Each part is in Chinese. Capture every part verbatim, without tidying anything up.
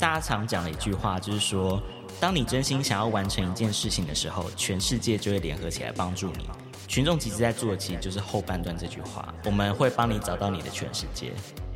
大家常讲的一句话，就是说，当你真心想要完成一件事情的时候，全世界就会联合起来帮助你。群众集资在做的其实就是后半段这句话，我们会帮你找到你的全世界。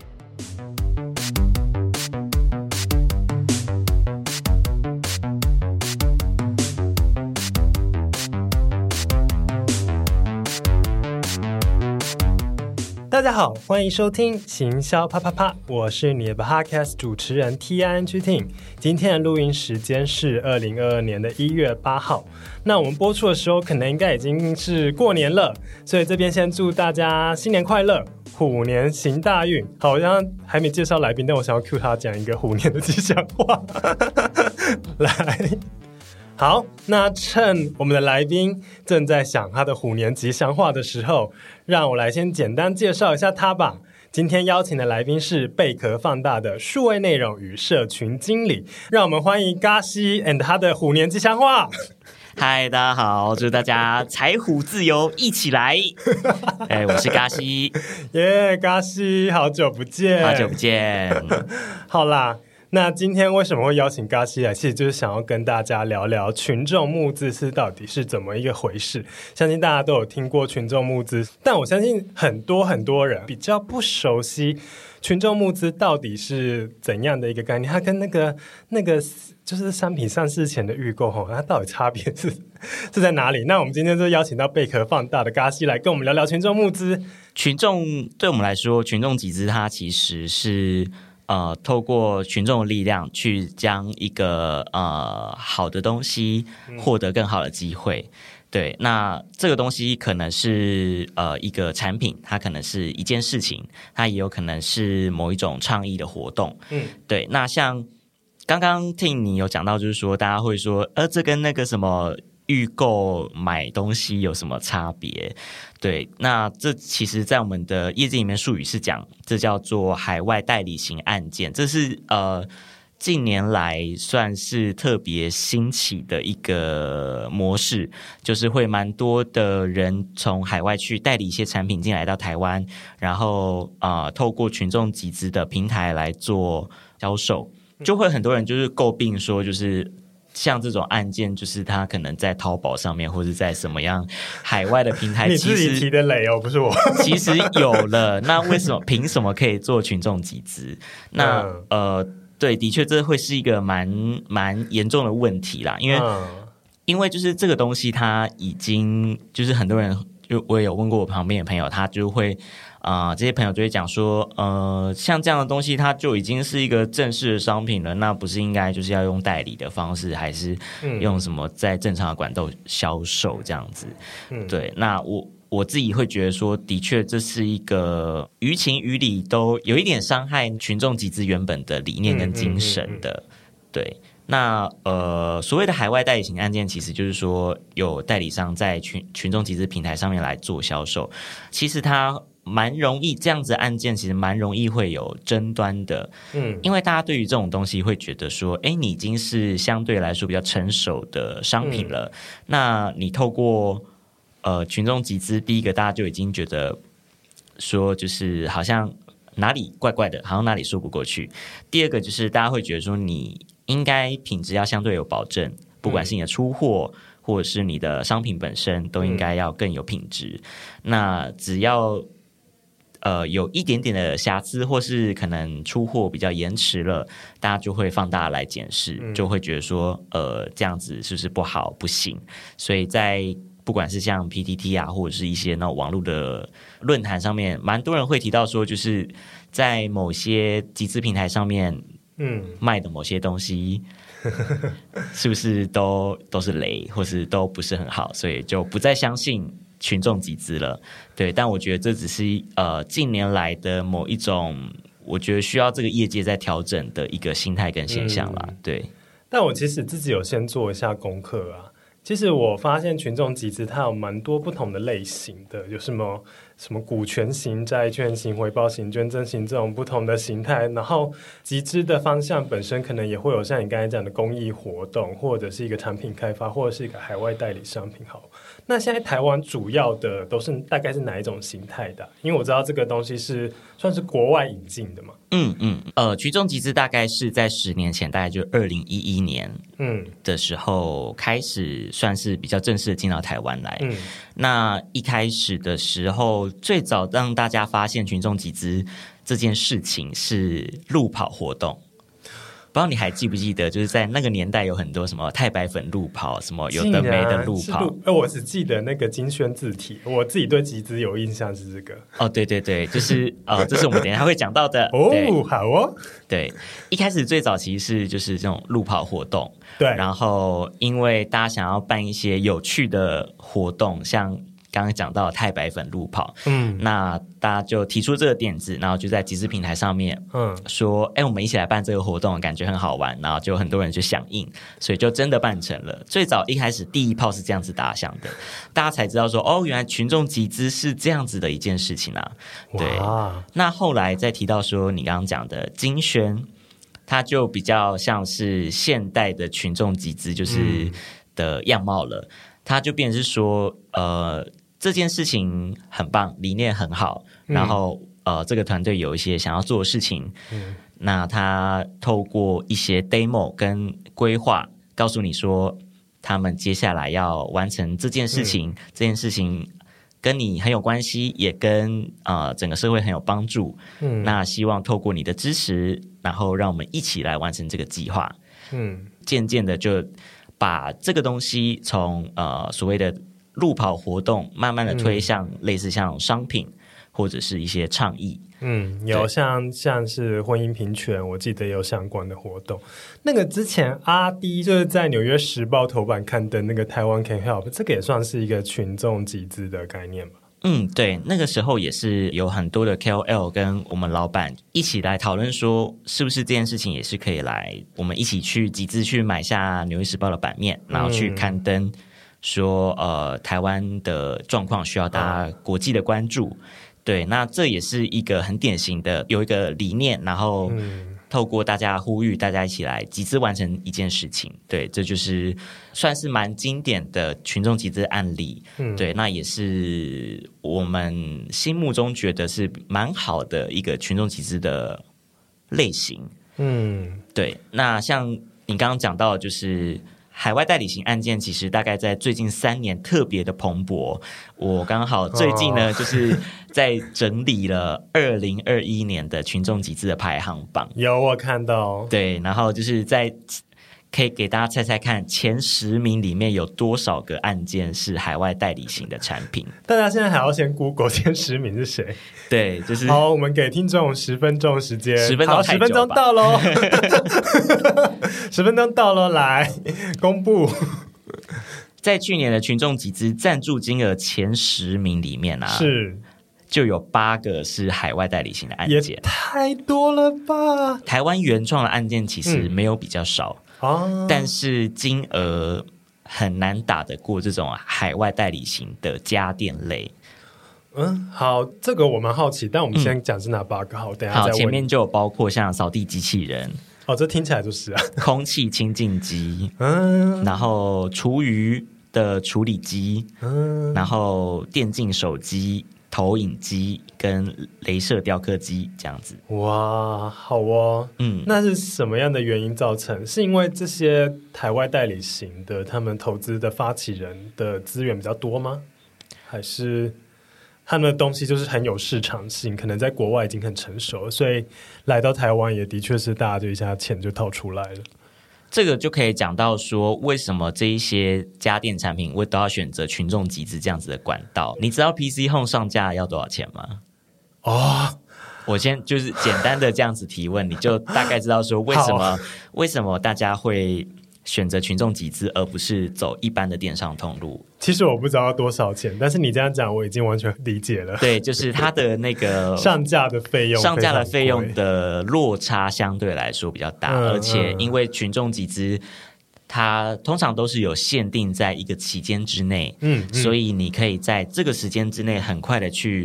大家好，欢迎收听行销啪啪啪，我是你的 Podcast 主持人 T I N G Ting。今天的录音时间是二零二二年的一月八号，那我们播出的时候可能应该已经是过年了，所以这边先祝大家新年快乐，虎年行大运。好，我刚刚还没介绍来宾，但我想要 cue 他讲一个虎年的吉祥话来，好，那趁我们的来宾正在想他的虎年吉祥话的时候，让我来先简单介绍一下他吧。今天邀请的来宾是贝壳放大的数位内容与社群经理，让我们欢迎嘎西 and 他的虎年吉祥话。 嗨，大家好，祝大家财虎自由一起来。哎，我是嘎西。 耶、yeah, 嘎西，好久不见， 好久不见。 好啦，那今天为什么会邀请嘎西来，其实就是想要跟大家聊聊群众募资是到底是怎么一个回事。相信大家都有听过群众募资，但我相信很多很多人比较不熟悉群众募资到底是怎样的一个概念，它跟那个那个就是商品上市前的预购，它到底差别是是在哪里？那我们今天就邀请到贝壳放大的嘎西来跟我们聊聊群众募资。 群众对我们来说，群众集资它其实是呃，透过群众的力量去将一个呃好的东西获得更好的机会。嗯、对，那这个东西可能是呃一个产品，它可能是一件事情，它也有可能是某一种倡议的活动。嗯，对。那像刚刚听你有讲到，就是说大家会说，呃，这跟那个什么预购买东西有什么差别？对，那这其实在我们的业界里面术语是讲，这叫做海外代理型案件，这是呃近年来算是特别兴起的一个模式，就是会蛮多的人从海外去代理一些产品进来到台湾，然后呃透过群众集资的平台来做销售，就会很多人就是诟病说，就是像这种案件，就是他可能在淘宝上面，或者在什么样海外的平台， 你自己提的雷哦，不是我。 其实有了，那为什么凭什么可以做群众集资？那、嗯、呃，对，的确这会是一个蛮蛮严重的问题啦，因为、嗯、因为就是这个东西，它已经就是很多人，就我也有问过我旁边的朋友，他就会。啊、呃，这些朋友就会讲说，呃，像这样的东西，它就已经是一个正式的商品了，那不是应该就是要用代理的方式，还是用什么在正常的管道销售这样子？嗯、对，那我我自己会觉得说，的确这是一个于情于理都有一点伤害群众集资原本的理念跟精神的，嗯嗯嗯嗯对。那呃，所谓的海外代理型案件，其实就是说有代理商在群群众集资平台上面来做销售，其实它蛮容易，这样子的案件其实蛮容易会有争端的，嗯，因为大家对于这种东西会觉得说，哎，你已经是相对来说比较成熟的商品了，嗯、那你透过呃群众集资，第一个大家就已经觉得说，就是好像哪里怪怪的，好像哪里说不过去。第二个就是大家会觉得说，你应该品质要相对有保证，不管是你的出货。嗯或者是你的商品本身都应该要更有品质，嗯、那只要呃有一点点的瑕疵，或是可能出货比较延迟了，大家就会放大来检视，嗯、就会觉得说呃这样子是不是不好不行？所以在不管是像 P T T 啊，或者是一些那种网络的论坛上面，蛮多人会提到说，就是在某些集资平台上面，嗯，卖的某些东西。是不是都都是雷，或是都不是很好，所以就不再相信群众集资了。对，但我觉得这只是呃近年来的某一种，我觉得需要这个业界在调整的一个心态跟现象啦。嗯、对， 但我其实自己有先做一下功课啊。其实我发现群众集资它有蛮多不同的类型的，有什么什么股权型、债券型、回报型、捐赠型这种不同的形态，然后集资的方向本身可能也会有像你刚才讲的公益活动，或者是一个产品开发，或者是一个海外代理商品。好，那现在台湾主要的都是大概是哪一种形态的？因为我知道这个东西是算是国外引进的嘛。 嗯嗯，呃，群众集资大概是在十年前，大概就二零一一年嗯的时候开始，算是比较正式的进到台湾来。嗯，那一开始的时候，最早让大家发现群众集资这件事情是路跑活动。不知道你还记不记得，就是在那个年代有很多什么太白粉路跑，什么有的没的路跑。 我只记得那个金萱字体，我自己对集资有印象是这个。 哦，对对对，就是呃，这是我们等一下会讲到的。 哦，好哦。 对，一开始最早其实是就是这种路跑活动。 对。 然后因为大家想要办一些有趣的活动，像刚刚讲到太白粉路跑，嗯，那大家就提出这个点子，然后就在集资平台上面，嗯，说，哎，我们一起来办这个活动，感觉很好玩，然后就很多人去响应，所以就真的办成了。最早一开始第一炮是这样子打响的，大家才知道说，哦，原来群众集资是这样子的一件事情啊。对，那后来再提到说，你刚刚讲的金萱，它就比较像是现代的群众集资就是的样貌了。嗯，他就变成是说，呃，这件事情很棒，理念很好，然后、嗯、呃，这个团队有一些想要做的事情，嗯，那他透过一些 demo 跟规划，告诉你说，他们接下来要完成这件事情，嗯、这件事情跟你很有关系，也跟呃整个社会很有帮助，嗯，那希望透过你的支持，然后让我们一起来完成这个计划，嗯，渐渐的就把这个东西从呃所谓的路跑活动，慢慢的推向类似像商品、嗯、或者是一些倡议。 嗯，有像像是婚姻平权，我记得有相关的活动。那个之前阿滴就是在《纽约时报》头版刊登那个台湾 Can Help， 这个也算是一个群众集资的概念吧。 嗯，对，那个时候也是有很多的 K O L 跟我们老板一起来讨论说，是不是这件事情也是可以来我们一起去集资去买下纽约时报的版面，然后去刊登说、嗯、呃台湾的状况需要大家国际的关注、嗯、对，那这也是一个很典型的有一个理念，然后透过大家呼吁大家一起来集资完成一件事情，对，这就是算是蛮经典的群众集资案例、嗯、对，那也是我们心目中觉得是蛮好的一个群众集资的类型。嗯，对，那像你刚刚讲到的就是海外代理型案件，其实大概在最近三年特别的蓬勃。我刚好最近呢，就是在整理了二零二一年的群众集资的排行榜。 有，我看到。 对，然后就是在可以给大家猜猜看，前十名里面有多少个案件是海外代理型的产品？ 大家现在还要先 Google 前十名是谁？ 对，就是好，我们给听众十分钟时间， 十分钟， 好，十分钟到喽，十分钟到喽，来公布。 在去年的群众集资赞助金额前十名里面啊， 是就有八个是海外代理型的案件， 也太多了吧？ 台湾原创的案件其实没有比较少。嗯哦、但是金额很难打得过这种海外代理型的家电类。 嗯，好，这个我蛮好奇，但我们先讲是哪八个？好，等一下再问。 好，前面就有包括像扫地机器人， 哦，这听起来就是啊， 空气清净机，嗯，然后厨余的处理机，嗯，然后电竞手机、投影机跟雷射雕刻机这样子。 哇，好哦，嗯，那是什么样的原因造成？是因为这些海外代理型的他们投资的发起人的资源比较多吗？还是他们的东西就是很有市场性，可能在国外已经很成熟，所以来到台湾也的确是大家就一下钱就掏出来了。 这个就可以讲到说，为什么这一些家电产品我都要选择群众集资这样子的管道？你知道 P C Home 上架要多少钱吗？哦，我先就是简单的这样子提问，你就大概知道说为什么为什么大家会选择群众集资而不是走一般的电商通路。 其实我不知道多少钱，但是你这样讲我已经完全理解了。 对，就是它的那个上架的费用， 上架的费用的落差相对来说比较大，嗯、而且因为群众集资它通常都是有限定在一个期间之内，嗯，嗯所以你可以在这个时间之内很快的去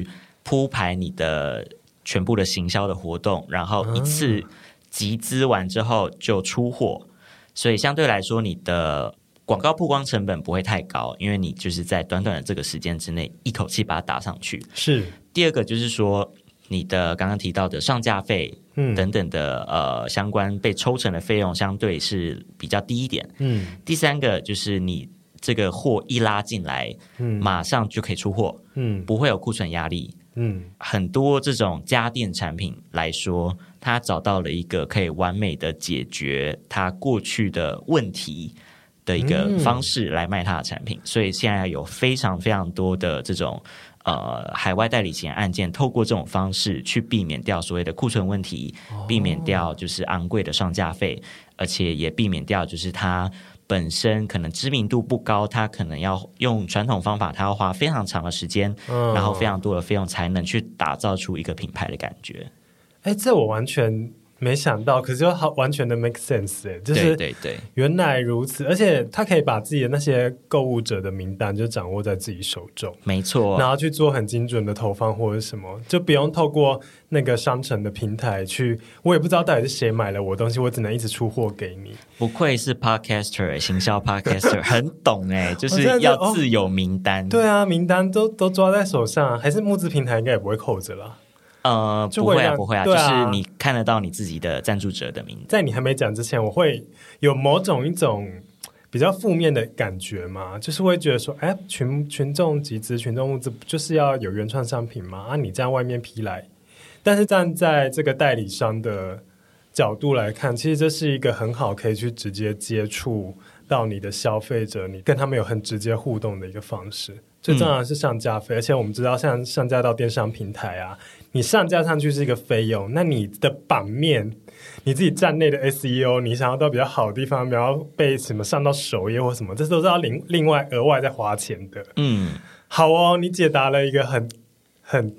铺排你的全部的行销的活动，然后一次集资完之后就出货，所以相对来说你的广告曝光成本不会太高，因为你就是在短短的这个时间之内一口气把它打上去。 是。 第二个就是说你的刚刚提到的上架费等等的、嗯、呃相关被抽成的费用相对是比较低一点。嗯。第三个就是你这个货一拉进来、嗯、马上就可以出货，嗯，不会有库存压力。嗯，很多这种家电产品来说，它找到了一个可以完美的解决它过去的问题的一个方式来卖它的产品、嗯、所以现在有非常非常多的这种呃海外代理型案件，透过这种方式去避免掉所谓的库存问题、哦、避免掉就是昂贵的上架费，而且也避免掉就是它本身可能知名度不高，他可能要用传统方法，他要花非常长的时间、嗯、然后非常多的费用才能去打造出一个品牌的感觉。 哎，这我完全没想到，可是又好完全的 make sense 哎，就是对对对， 原来如此，而且他可以把自己的那些购物者的名单就掌握在自己手中， 没错， 然后去做很精准的投放或者什么，就不用透过那个商城的平台去，我也不知道到底是谁买了我的东西，我只能一直出货给你。 不愧是 podcaster 行销 podcaster 很懂哎，就是要自有名单、哦、 对啊，名单都都抓在手上，还是募资平台应该也不会扣着啦。 呃，不会啊，不会啊，啊就是你看得到你自己的赞助者的名字。 在你还没讲之前，我会有某种一种比较负面的感觉嘛，就是会觉得说，哎，群群众集资、群众募资就是要有原创商品嘛？啊，你这样外面批来，但是站在这个代理商的角度来看，其实这是一个很好可以去直接接触到你的消费者，你跟他们有很直接互动的一个方式。这当然是上架费、嗯、而且我们知道像上架到电商平台啊，你上架上去是一个费用，那你的版面你自己站内的 S E O 你想要到比较好的地方，不要被什么上到首页或什么，这都是要另另外额外再花钱的。嗯，好哦，你解答了一个很很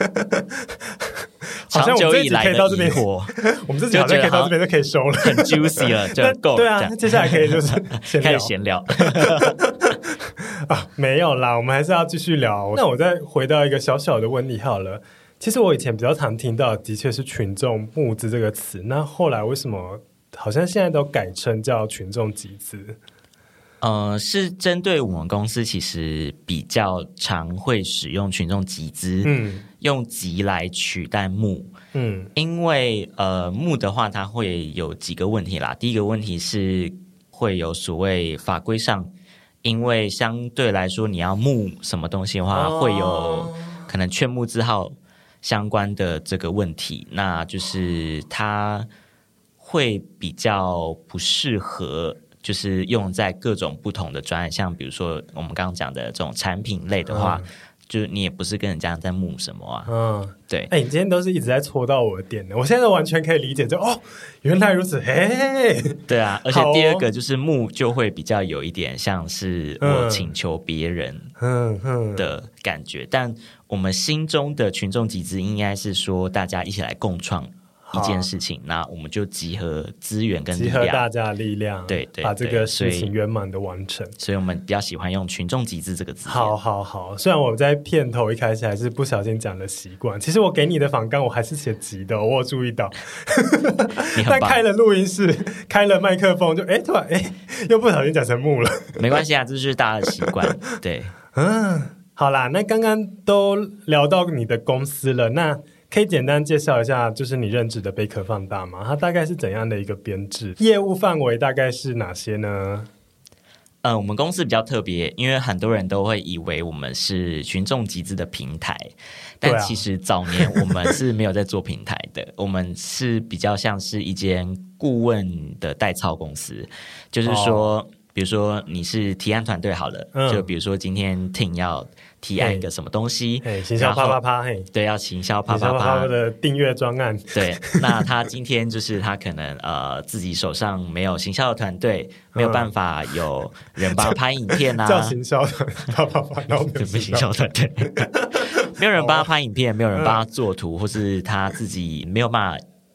好像我们这集可以到这边，我们这集好像可以到这边就可以收了， 很 juicy 了，就够了。 对啊，那接下来可以就是开始闲聊啊，没有啦，我们还是要继续聊。那我再回到一个小小的问题好了。其实我以前比较常听到的确是群众募资这个词，那后来为什么好像现在都改称叫群众集资？ 呃，是针对我们公司其实比较常会使用群众集资，嗯，用集来取代募，嗯，因为呃募的话它会有几个问题啦。第一个问题是会有所谓法规上，因为相对来说你要募什么东西的话，哦、会有可能劝募字号相关的这个问题，那就是它会比较不适合就是用在各种不同的专案，像比如说我们刚刚讲的这种产品类的话、嗯、就是你也不是跟人家在募什么啊。嗯，对。哎、 欸，你今天都是一直在戳到我的点的，我现在完全可以理解，就哦，原来如此，嘿。 对啊，而且第二个就是募就会比较有一点像是我请求别人的感觉、嗯嗯嗯、但我们心中的群众集资应该是说大家一起来共创一件事情，那我们就集合资源跟力量， 集合大家的力量， 对 对, 对， 把这个事情圆满的完成。 所以我们比较喜欢用群众集资这个字。 好好好，虽然我在片头一开始还是不小心讲了习惯，其实我给你的访纲我还是写集的、哦、我有注意到但开了录音室开了麦克风就哎突然哎又不小心讲成木了没关系啊，这就是大家的习惯。对， 嗯，好啦，那刚刚都聊到你的公司了，那可以简单介绍一下就是你任职的贝壳放大吗？它大概是怎样的一个编制，业务范围大概是哪些呢？ 呃，我们公司比较特别，因为很多人都会以为我们是群众集资的平台，但其实早年我们是没有在做平台的我们是比较像是一间顾问的代操公司，就是说、哦、比如说你是提案团队好了、嗯、就比如说今天 Tim 要提案一个什么东西， 行销啪啪啪， 对，要行销啪啪啪的订阅专案， 对，那他今天就是他可能呃自己手上没有行销的团队，没有办法有人帮他拍影片啊， 叫行销团啪啪啪，然后对不行销团队，没有人帮他拍影片，没有人帮他做图，或是他自己没有办法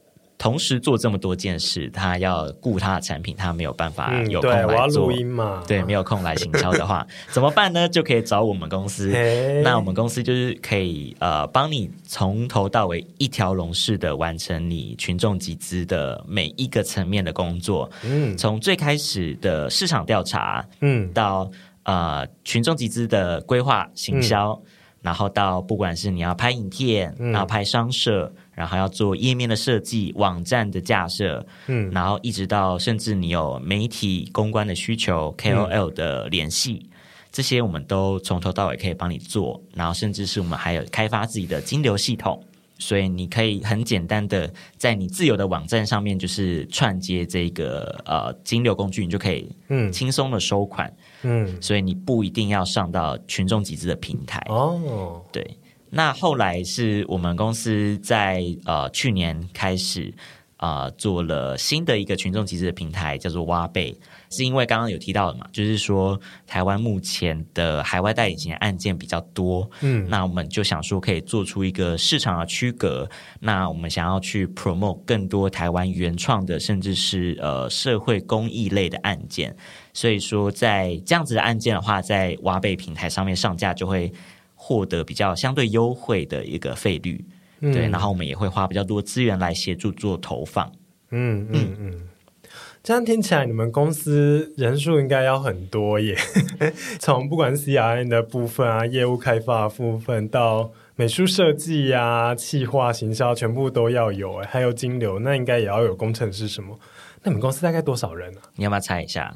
同时做这么多件事，他要顾他的产品，他没有办法有空来做、嗯、对，我要录音嘛， 对，没有空来行销的话怎么办呢？就可以找我们公司。那我们公司就是可以呃帮你从头到尾一条龙式的完成你群众集资的每一个层面的工作，嗯，从最开始的市场调查，嗯，到呃群众集资的规划行销。嗯，然后到不管是你要拍影片，嗯，然后拍商社，然后要做页面的设计、网站的架设，嗯，然后一直到甚至你有媒体公关的需求、K O L 的联系，嗯，这些我们都从头到尾可以帮你做。然后甚至是我们还有开发自己的金流系统，所以你可以很简单的在你自有的网站上面就是串接这个呃金流工具，你就可以轻松的收款。嗯，所以你不一定要上到群众集资的平台哦。对，那后来是我们公司在呃去年开始呃做了新的一个群众集资的平台，叫做挖贝。是因为刚刚有提到的嘛，就是说台湾目前的海外代理型案件比较多，嗯，那我们就想说可以做出一个市场的区隔。那我们想要去 promote 更多台湾原创的，甚至是呃社会公益类的案件。所以说在这样子的案件的话，在挖贝平台上面上架就会获得比较相对优惠的一个费率，嗯，对，然后我们也会花比较多资源来协助做投放。嗯嗯嗯，这样听起来你们公司人数应该要很多耶从不管是 C R M 的部分啊、业务开发的部分到美术设计啊、企划、行销全部都要有，还有金流，那应该也要有工程师什么。那你们公司大概多少人啊？ 你要不要猜一下？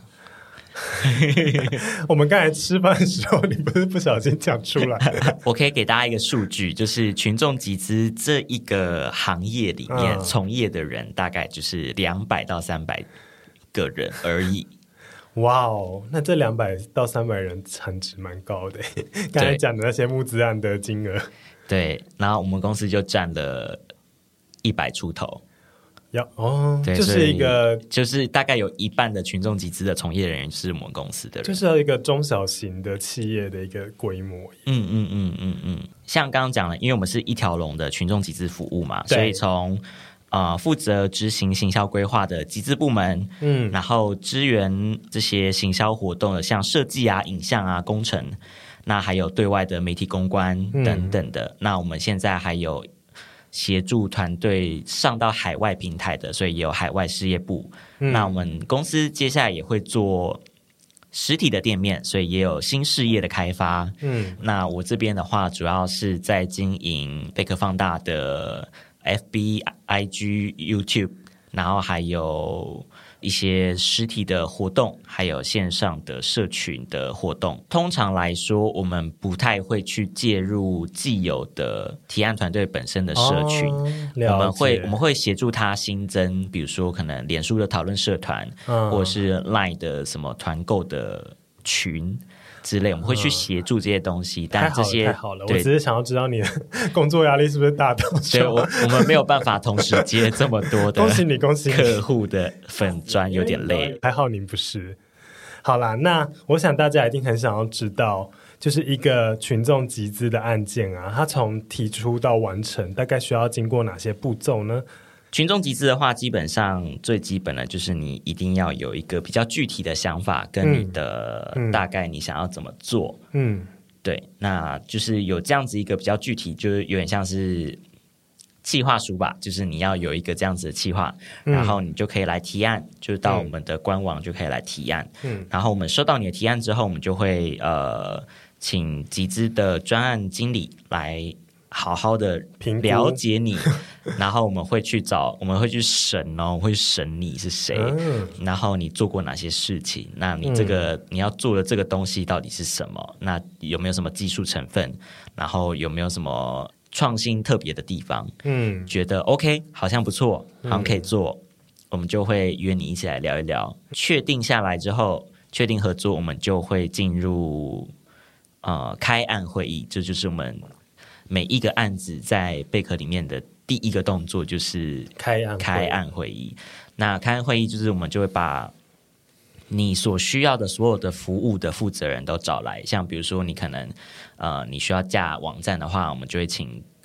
我们刚才吃饭的时候你不是不小心讲出来我可以给大家一个数据，就是群众集资这一个行业里面，嗯，从业的人大概就是两百到三百个人而已。 哇哦，那这两百到三百人产值蛮高的刚才讲的那些募资案的金额。 对，然后我们公司就占了一百出头。 要哦，就是一个就是大概有一半的群众集资的从业人员是我们公司的人， 就是要一个中小型的企业的一个规模。 嗯嗯嗯嗯嗯，像刚刚讲了，因为我们是一条龙的群众集资服务嘛，所以从呃负责执行行销规划的集资部门，嗯，然后支援这些行销活动的，像设计啊、影像啊、工程，那还有对外的媒体公关等等的。嗯，那我们现在还有协助团队上到海外平台的，所以也有海外事业部，嗯，那我们公司接下来也会做实体的店面，所以也有新事业的开发。嗯，那我这边的话主要是在经营贝壳放大的 F B、I G、YouTube， 然后还有一些实体的活动，还有线上的社群的活动。通常来说我们不太会去介入既有的提案团队本身的社群，哦，我们会我们会协助他新增，比如说可能脸书的讨论社团，嗯，或者是 Line 的什么团购的群之类，我们会去协助这些东西。嗯，但这些太好了，我只是想要知道你的工作压力是不是大到所以我我们没有办法同时接这么多的恭喜你恭喜你客户的粉专，有点累。 还好你不是。好啦，那我想大家一定很想要知道，就是一个群众集资的案件啊，它从提出到完成大概需要经过哪些步骤呢？ 群众集资的话，基本上最基本的就是你一定要有一个比较具体的想法，跟你的大概你想要怎么做。嗯，对，那就是有这样子一个比较具体，就是有点像是企划书吧，就是你要有一个这样子的企划，嗯，然后你就可以来提案，就是到我们的官网就可以来提案。嗯，然后我们收到你的提案之后，我们就会呃请集资的专案经理来好好的了解你，然后我们会去找，我们会去审哦，我们会审你是谁，嗯，然后你做过哪些事情，那你这个，嗯，你要做的这个东西到底是什么？那有没有什么技术成分？然后有没有什么创新特别的地方？嗯，觉得 OK， 好像不错，好像可以做，嗯，我们就会约你一起来聊一聊。确定下来之后，确定合作，我们就会进入呃开案会议，这就是我们每一个案子在贝壳里面的第一个动作，就是开案开案会议。那开案会议就是我们就会把你所需要的所有的服务的负责人都找来，像比如说你可能呃你需要架网站的话，我们就会请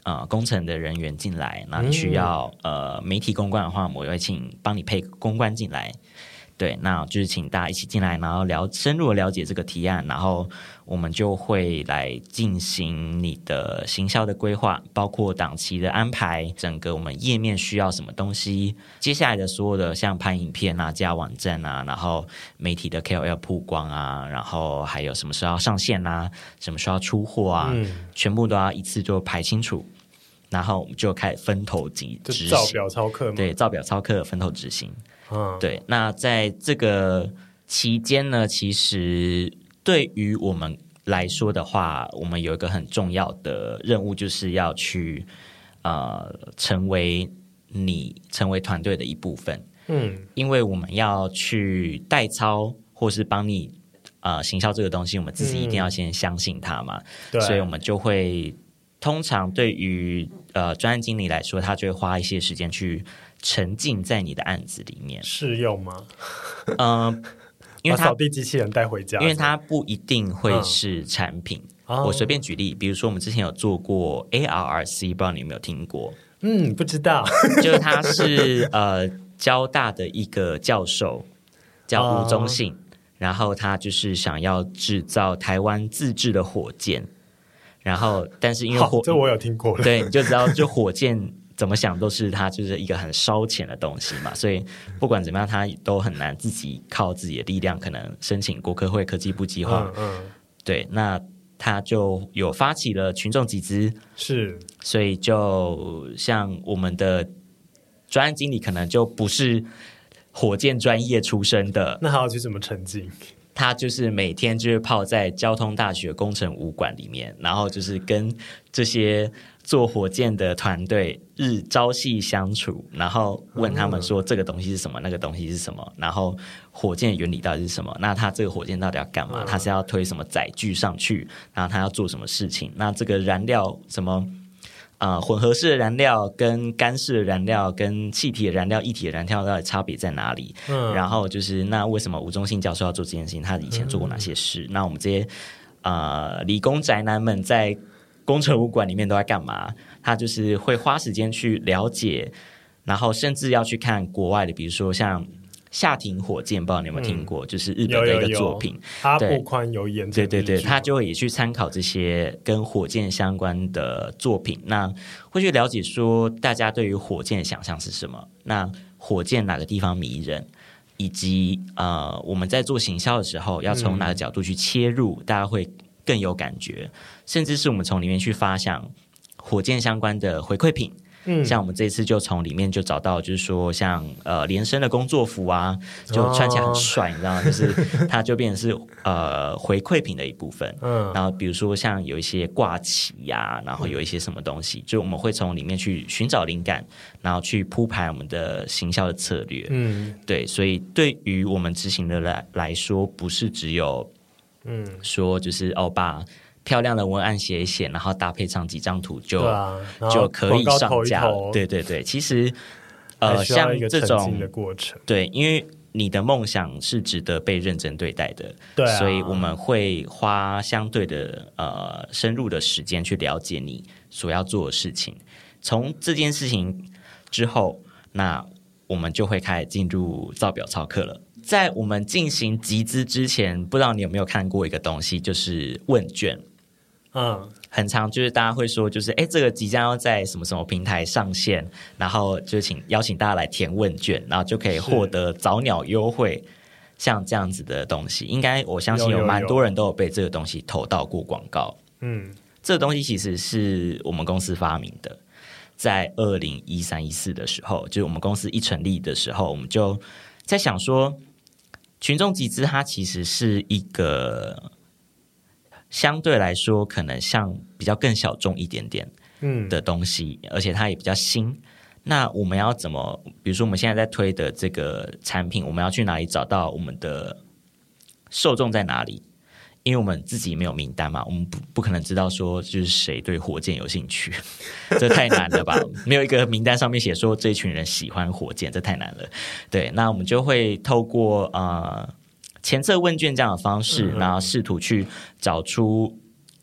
呃工程的人员进来，那你需要、嗯、呃媒体公关的话，我会请帮你配公关进来。对，那就是请大家一起进来，然后了深入的了解这个提案，然后我们就会来进行你的行销的规划，包括档期的安排，整个我们页面需要什么东西，接下来的所有的像拍影片啊、加网站啊，然后媒体的 K O L 曝光啊，然后还有什么时候要上线啊，什么时候要出货啊、嗯，全部都要一次就排清楚。然后我们就开始分头执行， 照表操课吗？ 对，照表操课，分头执行。嗯，对。那在这个期间呢，其实对于我们来说的话，我们有一个很重要的任务，就是要去呃成为你成为团队的一部分。嗯，因为我们要去代操，或是帮你呃行销这个东西，我们自己一定要先相信它嘛。对、嗯，所以我们就会。通常对于呃专案经理来说，他就会花一些时间去沉浸在你的案子里面。 试用吗？ 嗯、呃，因为他把扫地机器人带回家， 因为它不一定会是产品。嗯、我随便举例，比如说我们之前有做过 A R R C， 不知道你有没有听过？ 嗯，不知道。 就是他是呃交大的一个教授，叫吴宗信，嗯、然后他就是想要制造台湾自制的火箭。然后，但是因为火， 这我有听过了， 对，你就知道，就火箭怎么想都是它就是一个很烧钱的东西嘛，所以不管怎么样，它都很难自己靠自己的力量，可能申请国科会科技部计划。嗯嗯，对，那他就有发起了群众集资， 是， 所以就像我们的专案经理，可能就不是火箭专业出身的， 那还要去怎么沉浸？ 他就是每天就是泡在交通大学工程武馆里面，然后就是跟这些做火箭的团队日朝夕相处，然后问他们说这个东西是什么，那个东西是什么，然后火箭的原理到底是什么，那他这个火箭到底要干嘛，他是要推什么载具上去，然后他要做什么事情，那这个燃料什么呃，混合式的燃料跟干式的燃料跟气体的燃料、液体的燃料到底差别在哪里？嗯，然后就是那为什么吴宗信教授要做这件事情？他以前做过哪些事？嗯、那我们这些呃理工宅男们在工程武馆里面都在干嘛？他就是会花时间去了解，然后甚至要去看国外的，比如说像夏庭火箭，不知道你有没有听过？嗯、就是日本的一个作品， 阿部宽有演这个， 对对对，他就会也去参考这些跟火箭相关的作品，那会去了解说大家对于火箭的想象是什么，那火箭哪个地方迷人，以及呃我们在做行销的时候要从哪个角度去切入，嗯、大家会更有感觉，甚至是我们从里面去发想火箭相关的回馈品。嗯，像我们这次就从里面就找到，就是说像呃连身的工作服啊，就穿起来很帅，哦、你知道吗？就是它就变成是呃回馈品的一部分。嗯，然后比如说像有一些挂旗呀、啊，然后有一些什么东西，嗯、就我们会从里面去寻找灵感，然后去铺排我们的行销的策略。嗯，对，所以对于我们执行的来来说，不是只有嗯说就是哦把漂亮的文案写一写，然后搭配上几张图就、啊、就可以上架了。对对对，其实呃，像这种的过程， 对，因为你的梦想是值得被认真对待的， 对、啊， 所以我们会花相对的呃深入的时间去了解你所要做的事情。从这件事情之后，那我们就会开始进入造表操课了。在我们进行集资之前，不知道你有没有看过一个东西，就是问卷。嗯，很常就是大家会说，就是哎，这个即将要在什么什么平台上线，然后就请邀请大家来填问卷，然后就可以获得早鸟优惠，像这样子的东西，应该我相信有蛮多人都有被这个东西投到过广告。嗯，这个东西其实是我们公司发明的，在二零一三一四的时候，就是我们公司一成立的时候，我们就在想说，群众集资它其实是一个相对来说可能像比较更小众一点点的东西，嗯、而且它也比较新。那我们要怎么，比如说我们现在在推的这个产品，我们要去哪里找到我们的受众在哪里？因为我们自己没有名单嘛，我们 不, 不可能知道说就是谁对火箭有兴趣，这太难了吧？没有一个名单上面写说这一群人喜欢火箭，这太难了。对，那我们就会透过呃前测问卷这样的方式，然后试图去找出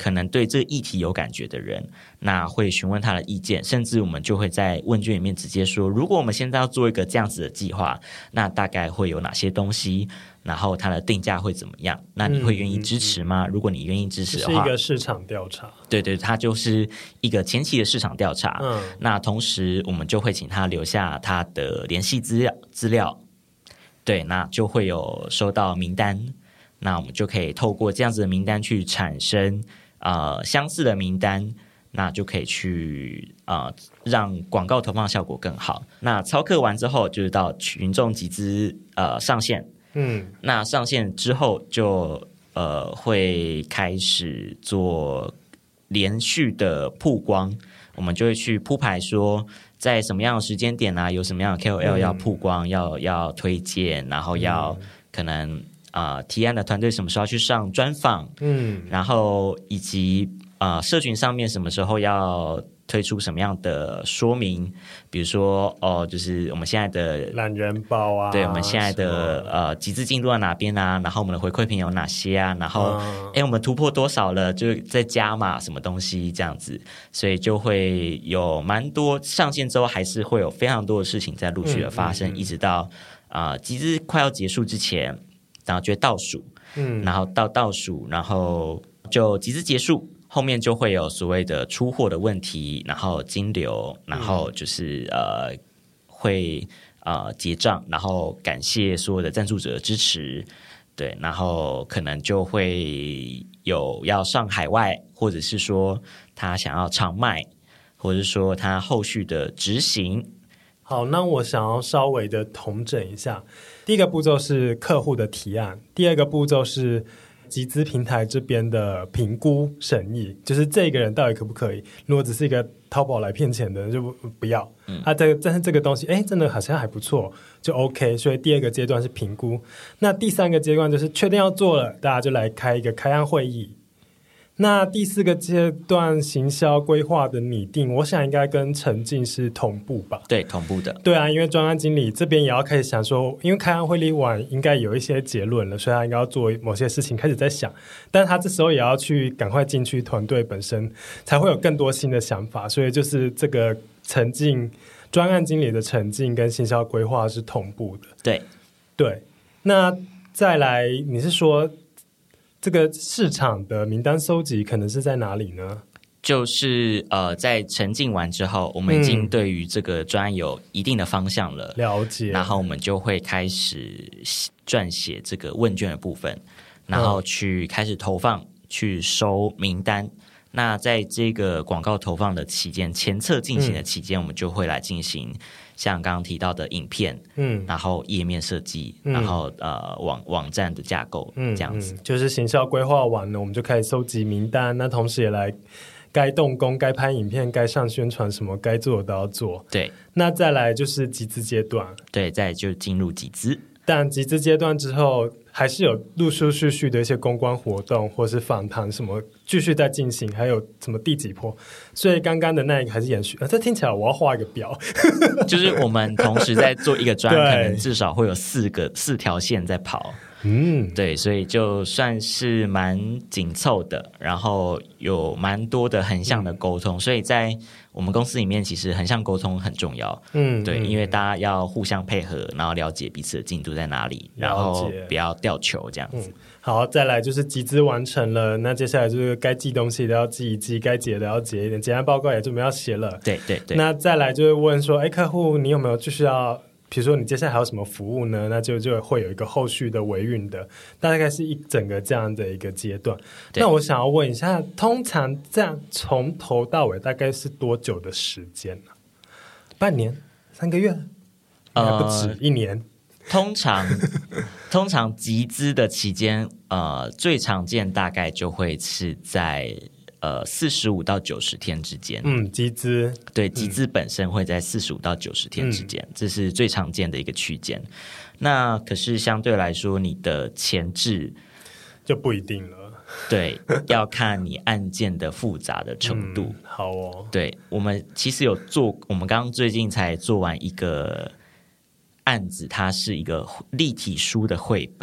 可能对这个议题有感觉的人，那会询问他的意见，甚至我们就会在问卷里面直接说，如果我们现在要做一个这样子的计划，那大概会有哪些东西，然后它的定价会怎么样，那你会愿意支持吗？嗯、如果你愿意支持的话， 是一个市场调查。 对对，它就是一个前期的市场调查。 嗯， 那同时我们就会请他留下他的联系资料资料，对，那就会有收到名单，那我们就可以透过这样子的名单去产生呃相似的名单，那就可以去呃让广告投放效果更好。那操课完之后，就是到群众集资呃上线， 嗯， 那上线之后就呃会开始做连续的曝光，我们就会去铺排说，在什么样的时间点啊，有什么样的 K O L 要曝光，嗯、要要推荐，然后要可能。啊、呃，提案的团队什么时候去上专访？嗯，然后以及啊、呃，社群上面什么时候要推出什么样的说明？比如说哦，就是我们现在的懒人包啊， 对，我们现在的呃集资进度到哪边啊？然后我们的回馈品有哪些啊？然后哎、嗯，我们突破多少了？就再加码什么东西这样子，所以就会有蛮多上线之后，还是会有非常多的事情在陆续的发生，嗯嗯嗯一直到啊、呃、集资快要结束之前。然后就会倒数，嗯，然后到倒数，然后就集资结束，后面就会有所谓的出货的问题，然后金流，然后就是、嗯、呃会呃结账，然后感谢所有的赞助者的支持，对，然后可能就会有要上海外，或者是说他想要常卖，或者是说他后续的执行。 好，那我想要稍微的统整一下，第一个步骤是客户的提案，第二个步骤是集资平台这边的评估审议，就是这个人到底可不可以，如果只是一个淘宝来骗钱的就 不, 不要、嗯、啊，这个但是这个东西哎，真的好像还不错就 OK， 所以第二个阶段是评估，那第三个阶段就是确定要做了，大家就来开一个开案会议。那第四个阶段行销规划的拟定，我想应该跟沉浸是同步吧？ 对，同步的。 对啊，因为专案经理这边也要开始想说，因为开案会议完应该有一些结论了，所以他应该要做某些事情开始在想，但他这时候也要去赶快进去团队本身，才会有更多新的想法，所以就是这个沉浸专案经理的沉浸跟行销规划是同步的。 对对，那再来你是说这个市场的名单收集可能是在哪里呢？ 就是呃，在沉浸完之后，我们已经对于这个专案有一定的方向了， 嗯、了解。 然后我们就会开始撰写这个问卷的部分，然后去开始投放，去收名单。那在这个广告投放的期间，前测进行的期间、嗯，我们就会来进行像刚刚提到的影片，嗯，然后页面设计，嗯、然后呃网网站的架构，嗯，这样子、 嗯、就是行销规划完了，我们就开始收集名单，那同时也来该动工、该拍影片、该上宣传什么该做的都要做。 对， 那再来就是集资阶段， 对，再来就进入集资。 但集资阶段之后，还是有陆陆续续的一些公关活动或是访谈什么继续在进行，还有什么第几波，所以刚刚的那一个还是延续、啊、这听起来我要画一个表就是我们同时在做一个专案可能至少会有四个四条线在跑，嗯，对，所以就算是蛮紧凑的，然后有蛮多的横向的沟通、嗯、所以在我们公司里面其实横向沟通很重要，嗯，对，因为大家要互相配合，然后了解彼此的进度在哪里，然后不要掉球这样子、嗯、 好，再来就是集资完成了，那接下来就是该记东西的要记一记，该结的要结一点，结案报告也就没有写了， 对对对。 那再来就是问说，哎，客户你有没有继续要，比如说你接下来还有什么服务呢？那就就会有一个后续的维运的，大概是一整个这样的一个阶段。那我想要问一下，通常这样从头到尾大概是多久的时间呢、啊？半年、三个月，还不止、呃、一年。 通常通常集资的期间，呃，最常见大概就会是在呃四十五到九十天之间。 嗯，集资对集资本身会在四十五到九十天之间、嗯，这是最常见的一个区间。那可是相对来说，你的前置就不一定了。 对，要看你案件的复杂的程度。 嗯、好哦， 对，我们其实有做，我们刚刚最近才做完一个案子，它是一个立体书的绘本，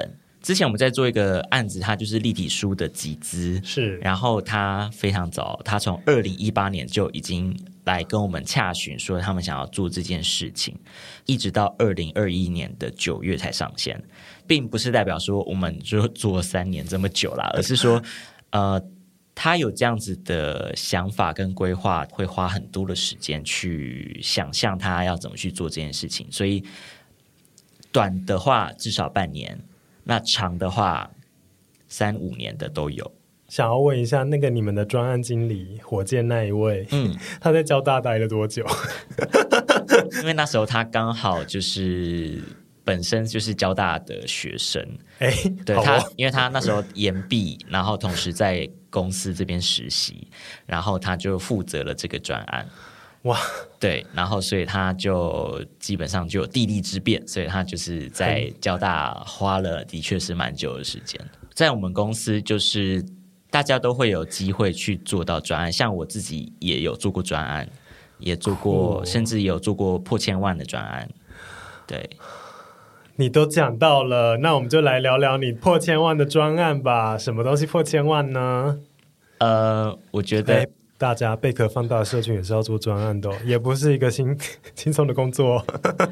之前我们在做一个案子，它就是立体书的集资， 是， 然后他非常早，他从二零一八年就已经来跟我们洽询说他们想要做这件事情，一直到二零二一年的九月才上线，并不是代表说我们就做三年这么久啦，而是说呃，他有这样子的想法跟规划，会花很多的时间去想象他要怎么去做这件事情，所以短的话至少半年，那长的话三五年的都有。 想要问一下，那个你们的专案经理火箭那一位，嗯，他在交大待了多久？ 因为那时候他刚好就是本身就是交大的学生， 哎， 对他，因为他那时候延毕，然后同时在公司这边实习，然后他就负责了这个专案。 哇， 对，然后所以他就基本上就有地利之便，所以他就是在交大花了的确是蛮久的时间。在我们公司就是大家都会有机会去做到专案，像我自己也有做过专案，也做过，甚至有做过破千万的专案。对， 你都讲到了，那我们就来聊聊你破千万的专案吧。什么东西破千万呢？ 呃，我觉得、欸、 大家贝壳放大的社群也是要做专案的、哦，也不是一个轻轻松的工作。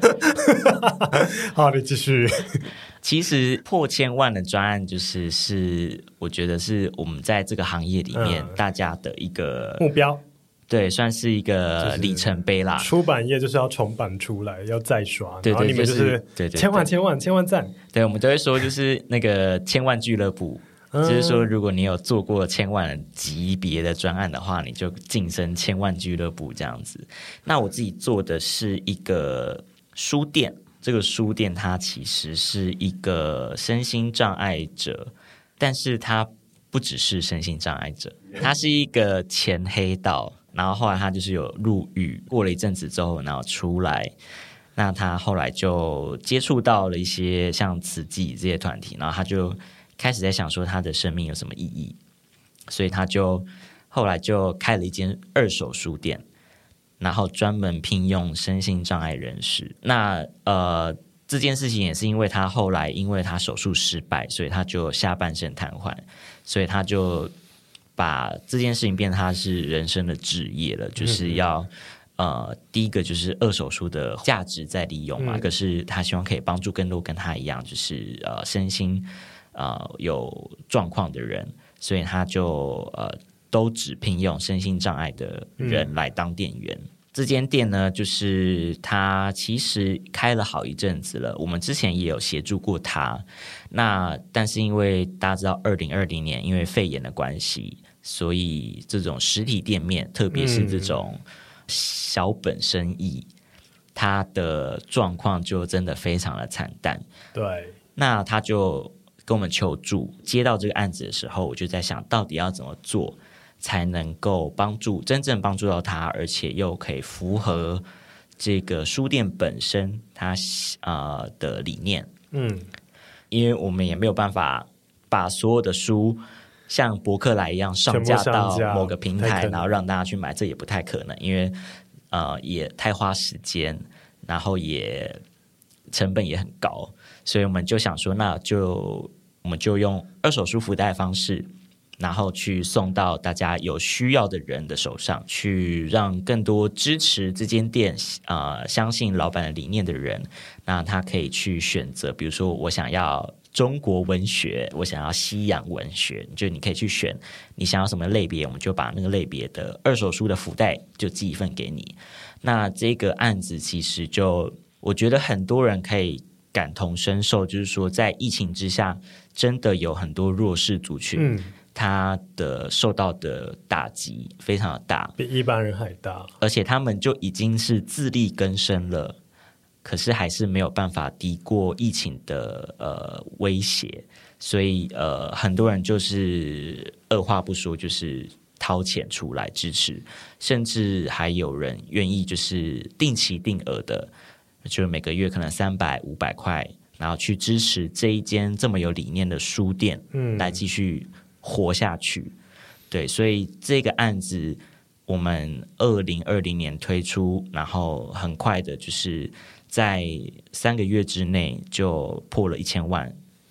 好，你继续。 其实破千万的专案就是是我觉得是我们在这个行业里面大家的一个、 嗯、目标， 对，算是一个里程碑啦。 出版业就是要重版出来，要再刷， 对对， 然后你们就是对对千万千万千万赞。 对，我们都会说就是那个千万俱乐部，就是说如果你有做过千万级别的专案的话，你就晋升千万俱乐部这样子。那我自己做的是一个书店。这个书店它其实是一个身心障碍者，但是它不只是身心障碍者，他是一个前黑道，然后后来他就是有入狱，过了一阵子之后然后出来，那他后来就接触到了一些像慈济这些团体，然后他就开始在想说他的生命有什么意义，所以他就后来就开了一间二手书店，然后专门聘用身心障碍人士。那呃，这件事情也是因为他后来因为他手术失败，所以他就下半身瘫痪，所以他就把这件事情变成他是人生的志业了，就是要、嗯、呃，第一个就是二手书的价值在利用嘛，嗯、可是他希望可以帮助更多跟他一样就是呃身心呃有状况的人，所以他就呃。都只聘用身心障碍的人来当店员、嗯、这间店呢就是他其实开了好一阵子了，我们之前也有协助过他，那但是因为大家知道二零二零年因为肺炎的关系，所以这种实体店面特别是这种小本生意、嗯、他的状况就真的非常的惨淡。 对， 那他就跟我们求助，接到这个案子的时候我就在想到底要怎么做才能够帮助真正帮助到他，而且又可以符合这个书店本身它、呃、的理念。嗯，因为我们也没有办法把所有的书像博客来一样上架到某个平台，然后让大家去买，这也不太可能，因为呃也太花时间，然后也成本也很高，所以我们就想说，那就我们就用二手书福袋的方式。然后去送到大家有需要的人的手上，去让更多支持这间店、呃、相信老板的理念的人，那他可以去选择，比如说我想要中国文学，我想要西洋文学，就你可以去选你想要什么类别，我们就把那个类别的二手书的福袋就寄一份给你。那这个案子其实就我觉得很多人可以感同身受，就是说在疫情之下真的有很多弱势族群、嗯他的受到的打击非常的大， 比一般人还大， 而且他们就已经是自力更生了，可是还是没有办法抵过疫情的呃威胁，所以呃很多人就是二话不说就是掏钱出来支持，甚至还有人愿意就是定期定额的，就是每个月可能三百五百块，然后去支持这一间这么有理念的书店，嗯，来继续活下去。对，所以这个案子我们二零二零年推出，然后很快的就是在三个月之内就破了一千万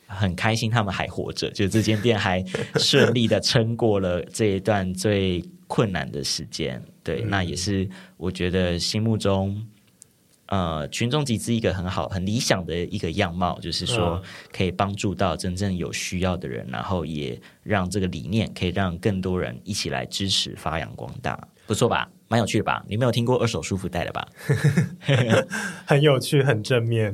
很开心他们还活着，就这间店还顺利的撑过了这一段最困难的时间。对，嗯、那也是我觉得心目中呃群众集资一个很好很理想的一个样貌，就是说可以帮助到真正有需要的人，然后也让这个理念可以让更多人一起来支持发扬光大。不错吧，蛮有趣的吧？你没有听过二手束缚带的吧？ 很有趣，很正面。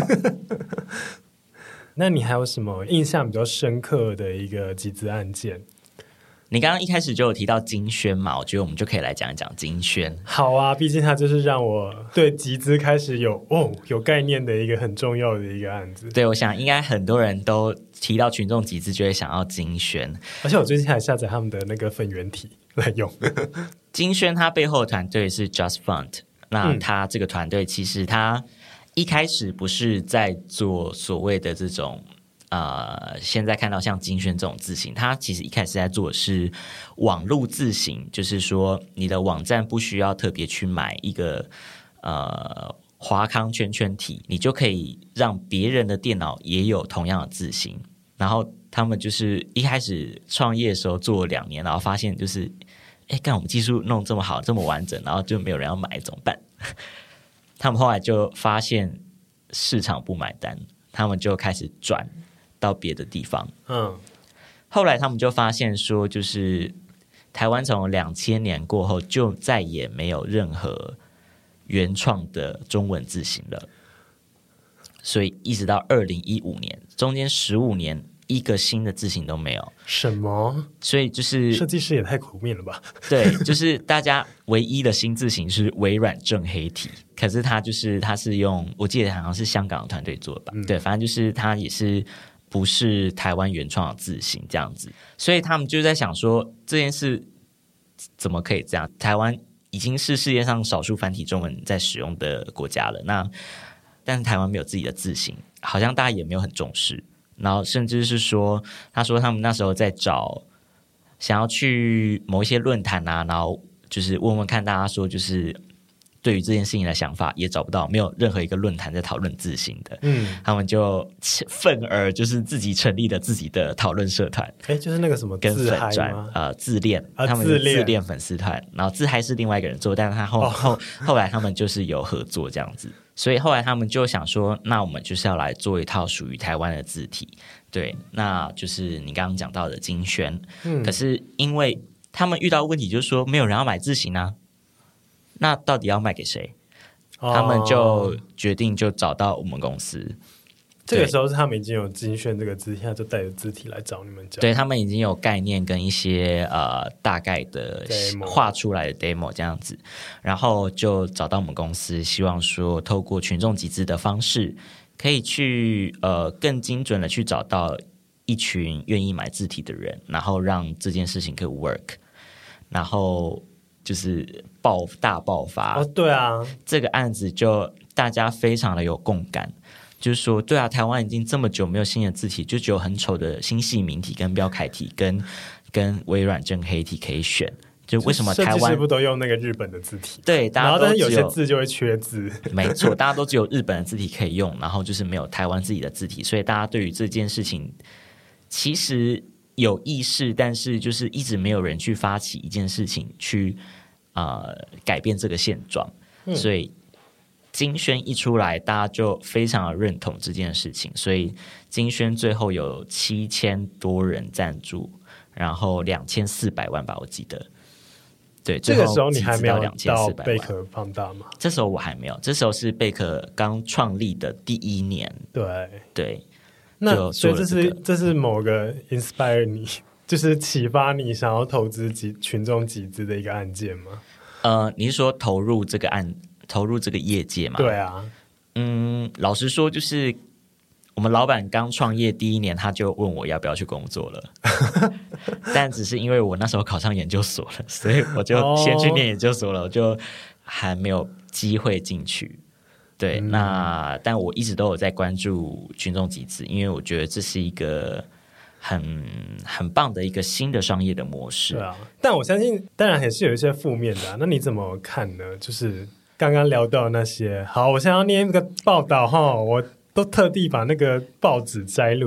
那你还有什么印象比较深刻的一个集资案件？ 你刚刚一开始就有提到金轩嘛，我觉得我们就可以来讲一讲金轩。 好啊，毕竟它就是让我对集资开始有哦有概念的一个很重要的一个案子。 对，我想应该很多人都提到群众集资就会想要金轩， 而且我最近还下载他们的那个粉圆体来用。 金轩它背后的团队是 Just Fund， 那它这个团队其实它一开始不是在做所谓的这种呃，现在看到像金轩这种自行，它其实一开始在做的是网络自行，就是说你的网站不需要特别去买一个呃华康圈圈体，你就可以让别人的电脑也有同样的自行。然后他们就是一开始创业的时候做了两年，然后发现就是哎，干我们技术弄这么好这么完整，然后就没有人要买怎么办？他们后来就发现市场不买单，他们就开始转到别的地方。嗯，后来他们就发现说，就是台湾从两千年过后就再也没有任何原创的中文字型了，所以一直到二零一五年，中间十五年一个新的字型都没有。 什么？ 所以就是设计师也太苦命了吧？ 对，就是大家唯一的新字型是微软正黑体，可是他就是他是用，我记得好像是香港的团队做的吧？嗯、对，反正就是他也是不是台湾原创的字型这样子，所以他们就在想说这件事怎么可以这样？台湾已经是世界上少数繁体中文在使用的国家了，那但是台湾没有自己的字型，好像大家也没有很重视。然后甚至是说，他说他们那时候在找，想要去某一些论坛啊，然后就是问问看大家说，就是对于这件事情的想法，也找不到，没有任何一个论坛在讨论字型的。嗯，他们就愤而就是自己成立了自己的讨论社团。 哎，就是那个什么跟粉专呃自恋， 啊、 他们是自恋粉丝团，然后自嗨是另外一个人做，但是他后、哦、后后来他们就是有合作这样子。所以后来他们就想说，那我们就是要来做一套属于台湾的字体，对，那就是你刚刚讲到的金轩。嗯，可是因为他们遇到问题，就是说没有人要买字型啊，那到底要卖给谁？哦、他们就决定就找到我们公司。 这个时候是他们已经有金轩这个字体，他就带着字体来找你们讲。 对，他们已经有概念跟一些呃大概的画出来的 demo 这样子，然后就找到我们公司，希望说透过群众集资的方式，可以去呃更精准的去找到一群愿意买字体的人，然后让这件事情可以 work， 然后就是爆大爆发。 哦，对啊， 这个案子就大家非常的有共感。就是说，对啊，台湾已经这么久没有新的字体，就只有很丑的新细明体跟标楷体跟跟微软正黑体可以选。就为什么台湾设计师不都用那个日本的字体？ 对，大家都只有， 然后但是有些字就会缺字。 没错，大家都只有日本的字体可以用，然后就是没有台湾自己的字体，所以大家对于这件事情其实有意识，但是就是一直没有人去发起一件事情去呃改变这个现状，嗯、所以。金轩一出来，大家就非常的认同这件事情，所以金轩最后有七千多人赞助，然后两千四百万吧，我记得。对， 这个时候你还没有到贝壳放大吗？ 这时候我还没有，这时候是贝壳刚创立的第一年。 对对， 那所以这是这是某个 inspire 你，就是启发你想要投资集群众集资的一个案件吗？ 呃，你是说投入这个案？投入这个业界嘛？ 对啊， 嗯，老实说，就是我们老板刚创业第一年，他就问我要不要去工作了，但只是因为我那时候考上研究所了，所以我就先去念研究所了，我就还没有机会进去。对，嗯、那但我一直都有在关注群众集资，因为我觉得这是一个很很棒的一个新的商业的模式。 对啊，但我相信，当然还是有一些负面的、啊。那你怎么看呢？就是刚刚聊到那些，好，我现在要念一个报道哈，我都特地把那个报纸摘录好。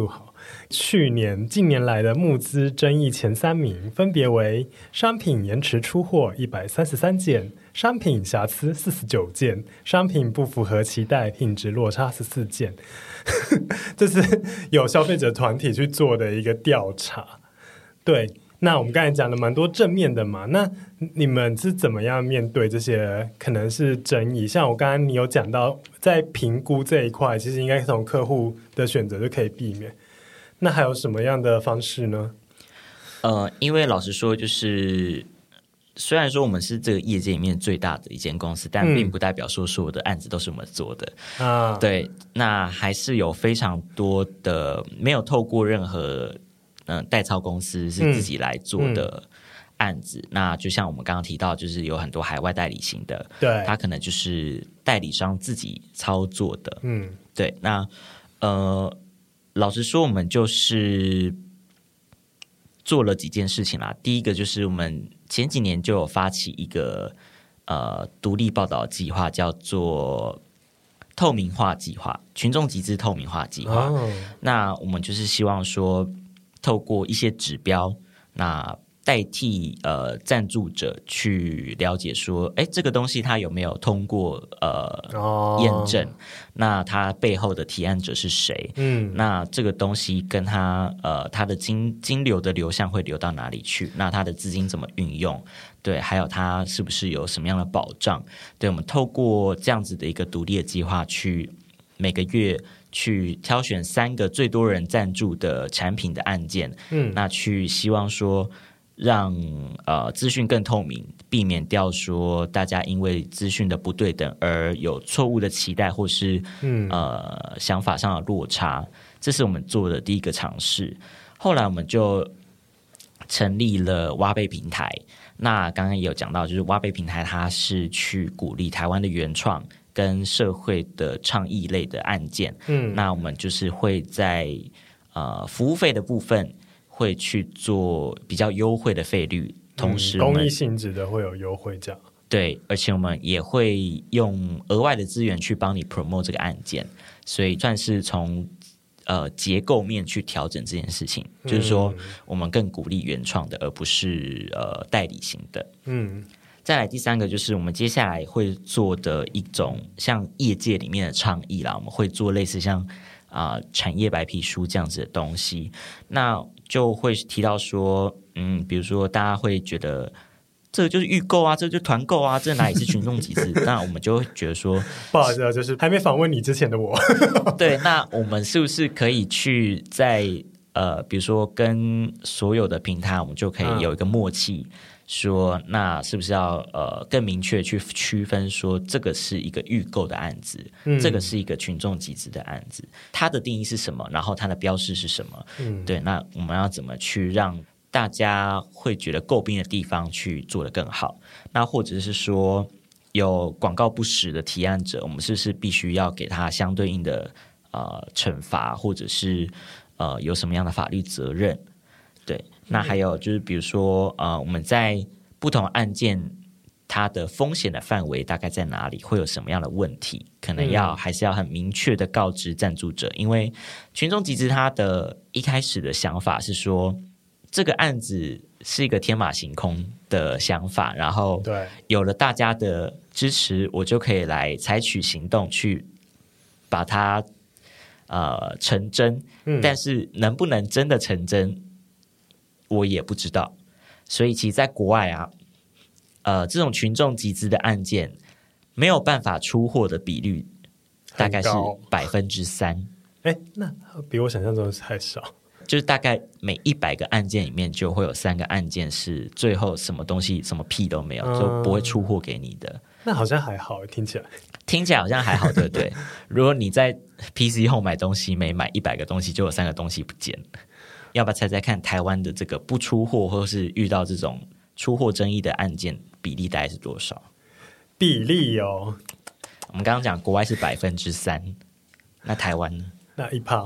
去年近年来的募资争议前三名分别为商品延迟出货一百三十三件，商品瑕疵四十九件，商品不符合期待，品质落差十四件。这是有消费者团体去做的一个调查。对，那我们刚才讲了蛮多正面的嘛，那你们是怎么样面对这些可能是争议？像我刚刚你有讲到在评估这一块，其实应该从客户的选择就可以避免，那还有什么样的方式呢？ 呃，因为老实说，就是虽然说我们是这个业界里面最大的一间公司，但并不代表说所有的案子都是我们做的、嗯、啊。对，那还是有非常多的没有透过任何嗯代操公司是自己来做的案子、嗯嗯、那就像我们刚刚提到，就是有很多海外代理型的，对，他可能就是代理商自己操作的。嗯，对，那呃老实说，我们就是做了几件事情啦。第一个就是我们前几年就有发起一个呃独立报道计划，叫做透明化计划，群众集资透明化计划、哦、那我们就是希望说透过一些指标，那代替呃赞助者去了解说，哎，这个东西它有没有通过呃、哦、验证？那它背后的提案者是谁？嗯，那这个东西跟它呃它的金金流的流向会流到哪里去？那它的资金怎么运用？对，还有它是不是有什么样的保障？对，我们透过这样子的一个独立的计划，去每个月去挑选三个最多人赞助的产品的案件，嗯，那去希望说。让呃资讯更透明，避免掉说大家因为资讯的不对等而有错误的期待或是、嗯、呃想法上的落差，这是我们做的第一个尝试。后来我们就成立了挖贝平台，那刚刚也有讲到，就是挖贝平台它是去鼓励台湾的原创跟社会的倡议类的案件，嗯，那我们就是会在呃服务费的部分会去做比较优惠的费率，同时公益性质的会有优惠这样。 对，而且我们也会用额外的资源去帮你 promote 这个案件，所以算是从呃结构面去调整这件事情，嗯、就是说我们更鼓励原创的，而不是呃代理型的。嗯，再来第三个就是我们接下来会做的一种像业界里面的倡议啦，我们会做类似像啊、呃、产业白皮书这样子的东西，那就会提到说，嗯，比如说大家会觉得这个就是预购啊，这个就是团购啊，这哪里是群众集资？那我们就会觉得说， 不好意思啊，就是还没访问你之前的我。 对，那我们是不是可以去在呃，比如说跟所有的平台，我们就可以有一个默契。嗯，说那是不是要呃更明确去区分说这个是一个预购的案子、嗯、这个是一个群众集资的案子，它的定义是什么，然后它的标示是什么、嗯、对，那我们要怎么去让大家会觉得诟病的地方去做得更好，那或者是说有广告不实的提案者，我们是不是必须要给他相对应的呃惩罚，或者是呃有什么样的法律责任。对，那还有就是比如说呃我们在不同案件它的风险的范围大概在哪里，会有什么样的问题，可能要、嗯、还是要很明确的告知赞助者，因为群众集资它的一开始的想法是说这个案子是一个天马行空的想法，然后有了大家的支持，我就可以来采取行动去把它呃成真、嗯、但是能不能真的成真我也不知道，所以其实在国外啊，呃，这种群众集资的案件没有办法出货的比率大概是百分之三。 哎，那比我想象中还少。 就是大概每一百个案件里面就会有三个案件是最后什么东西什么屁都没有，嗯、就不会出货给你的。 那好像还好，听起来听起来好像还好，对不对？如果你在 P C 后买东西，每买一百个东西就有三个东西不见了。要不要猜猜看台湾的这个不出货或是遇到这种出货争议的案件比例大概是多少？ 比例哦， 我们刚刚讲国外是百分之三，那台湾呢？ 那一趴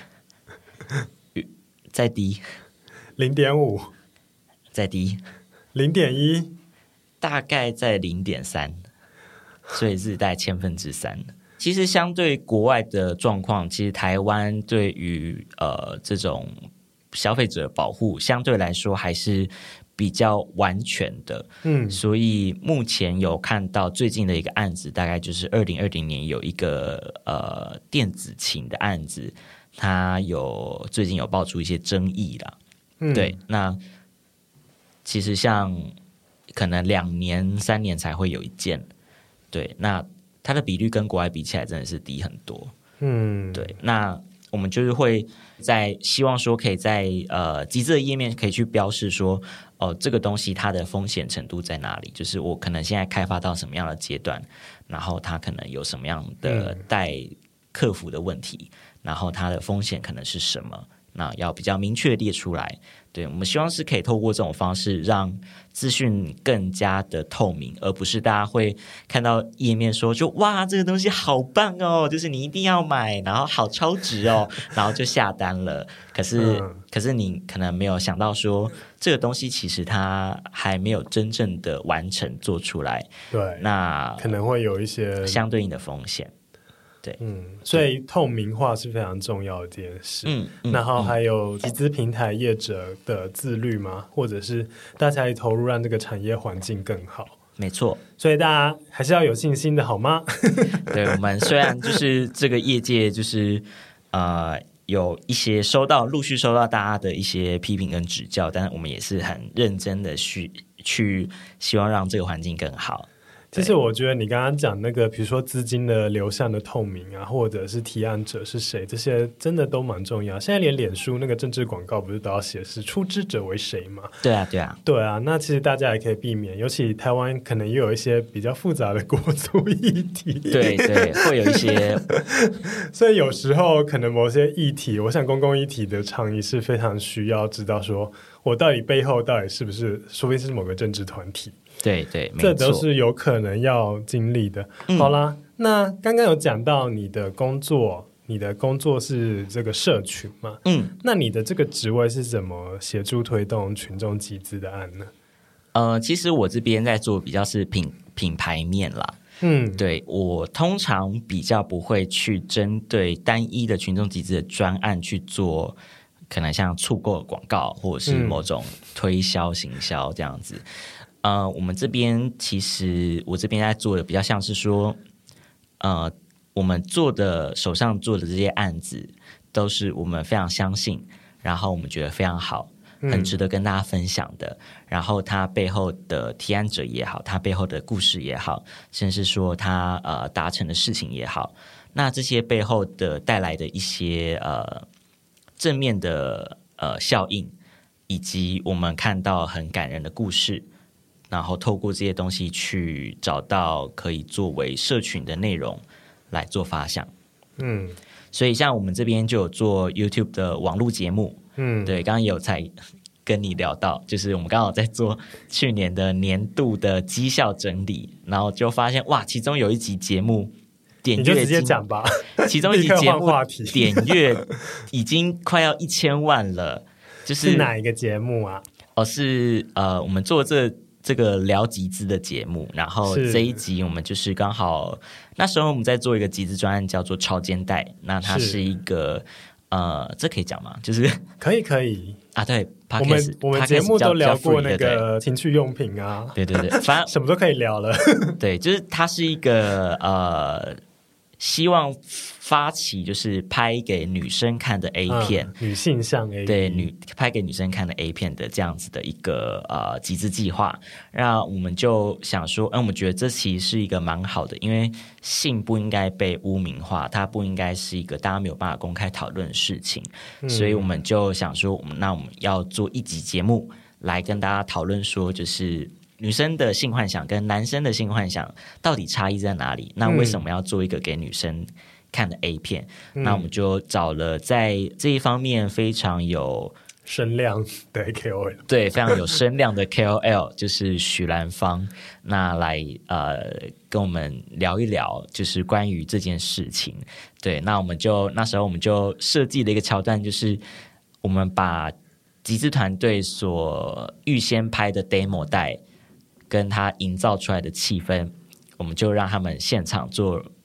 再低零点五， 再低零点一， 大概在零点三，所以是大概千分之三。 其实相对国外的状况，其实台湾对于呃这种消费者保护相对来说还是比较完全的，嗯，所以目前有看到最近的一个案子，大概就是二零二零年有一个呃电子琴的案子，它有最近有爆出一些争议啦，嗯，对，那其实像可能两年三年才会有一件，对，那它的比率跟国外比起来真的是低很多，嗯，对，那我们就是会在希望说可以在呃集资的页面可以去标示说，哦、呃，这个东西它的风险程度在哪里？就是我可能现在开发到什么样的阶段，然后它可能有什么样的待克服的问题，然后它的风险可能是什么？那要比较明确列出来。对，我们希望是可以透过这种方式让资讯更加的透明，而不是大家会看到页面说就哇这个东西好棒哦，就是你一定要买，然后好超值哦，然后就下单了。可是、嗯、可是你可能没有想到说这个东西其实它还没有真正的完成做出来， 对， 那可能会有一些相对应的风险。对， 嗯，所以透明化是非常重要的这件事。嗯，嗯然后还有集资平台业者的自律吗？或者是大家一投入，让这个产业环境更好？ 没错， 所以大家还是要有信心的，好吗？ 对，我们虽然就是这个业界就是呃有一些收到陆续收到大家的一些批评跟指教，但是我们也是很认真的去去希望让这个环境更好。 其实我觉得你刚刚讲那个比如说资金的流向的透明啊，或者是提案者是谁，这些真的都蛮重要。现在连脸书那个政治广告不是都要写是出资者为谁吗？ 对啊对啊对啊，那其实大家也可以避免，尤其台湾可能也有一些比较复杂的国族议题， 对对，会有一些所以有时候可能某些议题，我想公共议题的倡议是非常需要知道说我到底背后到底是不是说不定是某个政治团体， 对对， 这都是有可能要经历的、嗯、好啦，那刚刚有讲到你的工作你的工作是这个社群嘛，嗯，那你的这个职位是怎么协助推动群众集资的案呢？ 呃，其实我这边在做比较是品品牌面啦，嗯，对，我通常比较不会去针对单一的群众集资的专案去做可能像促购广告或者是某种推销行销这样子、嗯呃、我们这边其实我这边在做的比较像是说呃，我们做的手上做的这些案子都是我们非常相信，然后我们觉得非常好，很值得跟大家分享的、嗯、然后他背后的提案者也好，他背后的故事也好，甚至说他呃达成的事情也好，那这些背后的带来的一些呃正面的呃效应，以及我们看到很感人的故事，然后透过这些东西去找到可以作为社群的内容来做发想。嗯，所以像我们这边就有做 YouTube 的网络节目，嗯，对，刚刚也有才跟你聊到，就是我们刚好在做去年的年度的绩效整理，然后就发现哇，其中有一集节目点阅， 你就直接讲吧， 其中一集节目点阅已经快要一千万了，就是、 是哪一个节目啊？ 哦，是呃，我们做这这个聊集资的节目，然后这一集我们就是刚好那时候我们在做一个集资专案叫做超肩带，那它是一个呃，这可以讲吗？就是可以可以啊，对， 我们我们节目都聊过那个情趣用品啊， 对对对，反正什么都可以聊了。 对，就是它是一个呃，希望发起就是拍给女生看的 A 片， 嗯、女性向 A 片， 对，女拍给女生看的 A 片的这样子的一个呃集资计划。那我们就想说，嗯，我们觉得这其实是一个蛮好的，因为性不应该被污名化，它不应该是一个大家没有办法公开讨论的事情，嗯、所以我们就想说，那我们要做一集节目来跟大家讨论说，就是女生的性幻想跟男生的性幻想到底差异在哪里？那为什么要做一个给女生看的 A 片、嗯、那我们就找了在这一方面非常有声量的 K O L， 对，非常有声量的 K O L 就是许兰芳，那来呃跟我们聊一聊就是关于这件事情。对，那我们就那时候我们就设计了一个桥段，就是我们把集资团队所预先拍的 demo 带跟他营造出来的气氛，我们就让他们现场做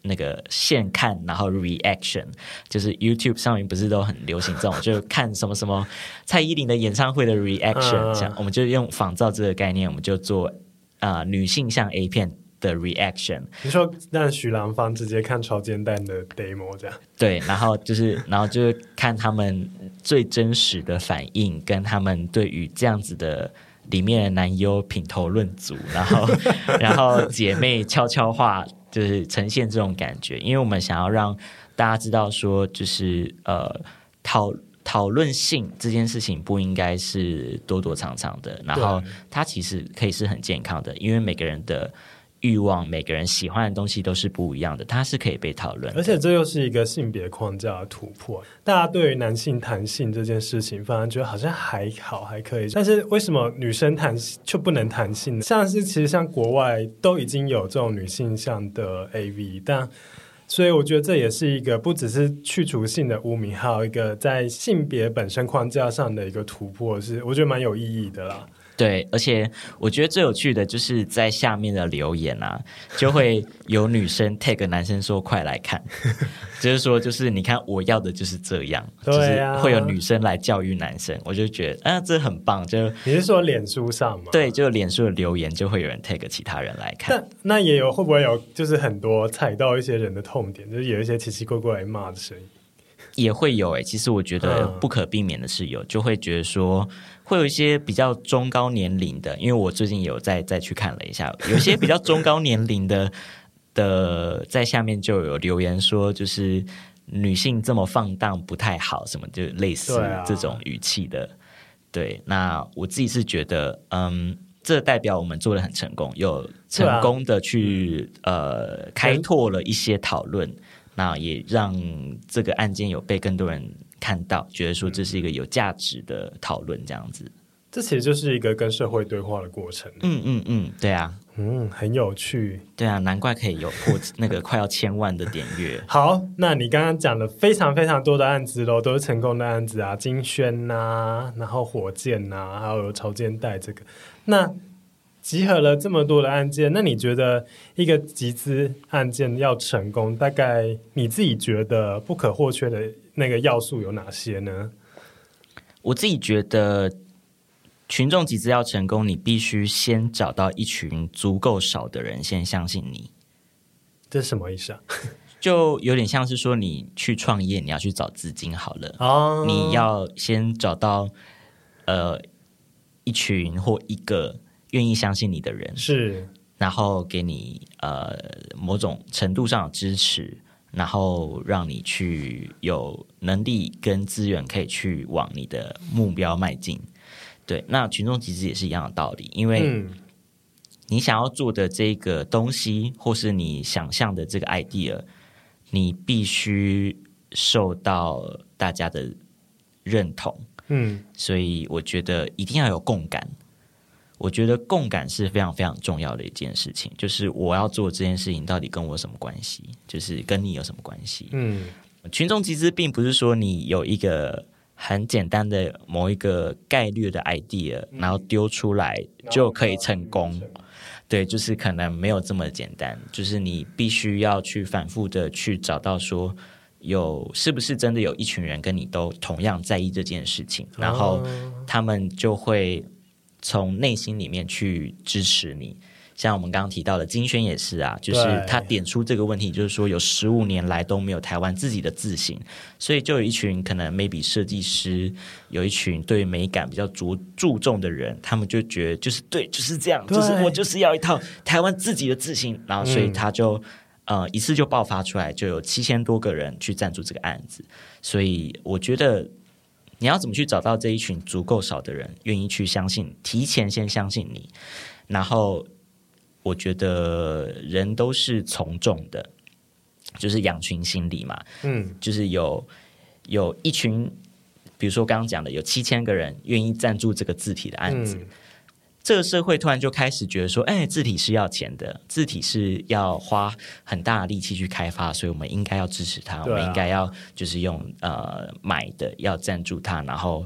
那个现看然后 reaction， 就是 YouTube 上面不是都很流行这种，就看什么什么蔡依林的演唱会的 reaction， 这样我们就用仿照这个概念，我们就做、呃、女性向 A 片的 reaction。 你说让许郎芳直接看超煎蛋的 demo 这样？对， 然后就是然后就是看他们最真实的反应，跟他们对于这样子的里面的男优品头论足，然后然后姐妹悄悄话，就是呈现这种感觉。因为我们想要让大家知道说，就是呃讨讨论性这件事情不应该是躲躲藏藏的，然后它其实可以是很健康的，因为每个人的欲望，每个人喜欢的东西都是不一样的，它是可以被讨论的。 而且这又是一个性别框架的突破，大家对于男性谈性这件事情反而觉得好像还好还可以，但是为什么女生谈就不能谈性呢？像是其实像国外都已经有这种女性向的 A V， 但所以我觉得这也是一个不只是去除性的污名，还有一个在性别本身框架上的一个突破，是我觉得蛮有意义的啦。 对，而且我觉得最有趣的就是在下面的留言啊，就会有女生 tag 男生说快来看就是说就是你看我要的就是这样、啊、就是会有女生来教育男生，我就觉得啊这很棒。就你是说脸书上吗？ 对，就脸书的留言就会有人 tag 其他人来看。 但那也有会不会有就是很多踩到一些人的痛点，就是有一些奇奇怪怪来骂的声音？ 也会有诶、欸，其实我觉得不可避免的是有、嗯、就会觉得说会有一些比较中高年龄的，因为我最近有再再去看了一下，有些比较中高年龄的的在下面就有留言说，就是女性这么放荡不太好，什么就类似这种语气的。 对,、啊、对，那我自己是觉得嗯，这代表我们做得很成功，有成功的去、啊、呃开拓了一些讨论，那也让这个案件有被更多人看到，觉得说这是一个有价值的讨论，这样子。 这其实就是一个跟社会对话的过程。 嗯嗯嗯，对啊， 嗯，很有趣。对啊，难怪可以有破那个快要千万的点阅。 好，那你刚刚讲了非常非常多的案子咯，都是成功的案子啊，金萱啊，然后火箭啊，还有潮间带这个。那集合了这么多的案件，那你觉得一个集资案件要成功，大概你自己觉得不可或缺的那个要素有哪些呢？ 我自己觉得群众集资要成功，你必须先找到一群足够少的人先相信你。 这是什么意思啊？ 就有点像是说你去创业，你要去找资金好了、哦、你要先找到呃一群或一个愿意相信你的人， 是， 然后给你呃某种程度上的支持，然后让你去有能力跟资源可以去往你的目标迈进。对，那群众集资也是一样的道理，因为你想要做的这个东西，或是你想象的这个 idea， 你必须受到大家的认同。嗯，所以我觉得一定要有共感。我觉得共感是非常非常重要的一件事情，就是我要做这件事情到底跟我有什么关系，就是跟你有什么关系。嗯，群众集资并不是说你有一个很简单的某一个概率的 idea、嗯、然后丢出来就可以成功。对，就是可能没有这么简单，就是你必须要去反复的去找到说有是不是真的有一群人跟你都同样在意这件事情，然后他们就会从内心里面去支持你。像我们刚刚提到的金萱也是啊，就是他点出这个问题，就是说有十五年来都没有台湾自己的字型，所以就有一群可能 maybe 设计师，有一群对美感比较注注重的人，他们就觉得就是对就是这样，就是我就是要一套台湾自己的字型，然后所以他就、嗯、呃一次就爆发出来，就有七千多个人去赞助这个案子。所以我觉得你要怎么去找到这一群足够少的人愿意去相信，提前先相信你，然后我觉得人都是从众的，就是养群心理嘛。嗯，就是有有一群，比如说刚刚讲的有七千个人愿意赞助这个字体的案子、嗯、这个社会突然就开始觉得说，哎，字体是要钱的，字体是要花很大的力气去开发，所以我们应该要支持它、啊、我们应该要就是用呃买的要赞助它，然后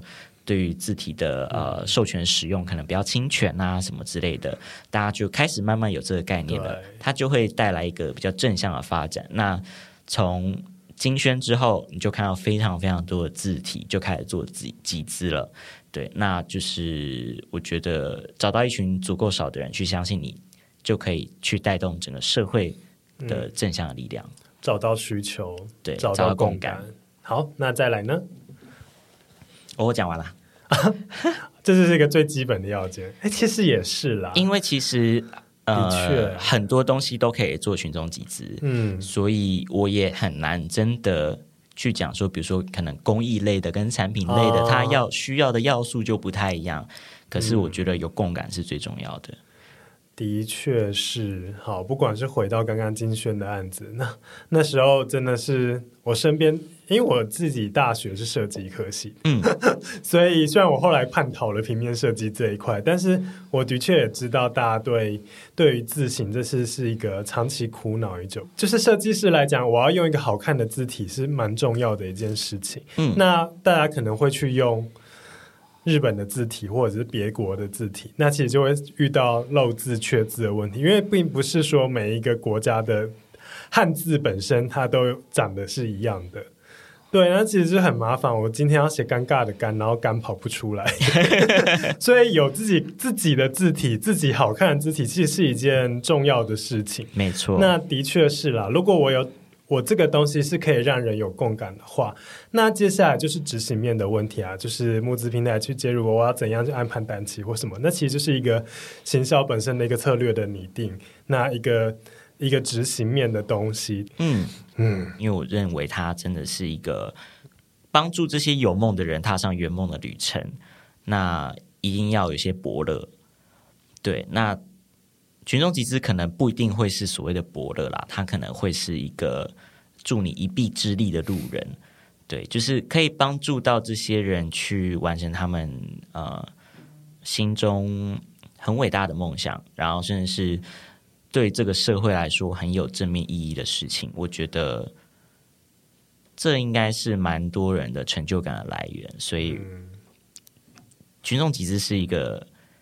对于字体的呃授权使用可能比较侵权啊什么之类的，大家就开始慢慢有这个概念了，它就会带来一个比较正向的发展。那从金萱之后，你就看到非常非常多的字体就开始做集资了，对，那就是我觉得找到一群足够少的人去相信你，就可以去带动整个社会的正向的力量，嗯、 找到需求， 对， 找到共感。好，那再来呢？ 哦、我讲完了， 这就是一个最基本的要件。哎，其实也是啦， 因为其实。呃，的确，很多东西都可以做群众集资，嗯，所以我也很难真的去讲说，比如说可能工艺类的跟产品类的，哦、它要需要的要素就不太一样。可是我觉得有共感是最重要的。 的确是，好，不管是回到刚刚金萱的案子，那那时候真的是我身边，因为我自己大学是设计科系，嗯，所以虽然我后来叛逃了平面设计这一块，但是我的确也知道大家对对于字形这是是一个长期苦恼已久。就是设计师来讲，我要用一个好看的字体是蛮重要的一件事情。嗯，那大家可能会去用日本的字体或者是别国的字体，那其实就会遇到漏字缺字的问题，因为并不是说每一个国家的汉字本身它都长得是一样的，对，那其实是很麻烦。我今天要写尴尬的尴，然后尴跑不出来所以有自己自己的字体，自己好看的字体其实是一件重要的事情， 没错。 那的确是啦，如果我有我这个东西是可以让人有共感的话，那接下来就是执行面的问题啊，就是募资平台去介入，我要怎样去安排单期或什么，那其实就是一个行销本身的一个策略的拟定，那一个一个执行面的东西。嗯嗯，因为我认为它真的是一个帮助这些有梦的人踏上圆梦的旅程，那一定要有一些伯乐。对，那群众集资可能不一定会是所谓的伯乐啦，他可能会是一个助你一臂之力的路人，对，就是可以帮助到这些人去完成他们呃心中很伟大的梦想，然后甚至是对这个社会来说很有正面意义的事情。我觉得这应该是蛮多人的成就感的来源，所以群众集资是一个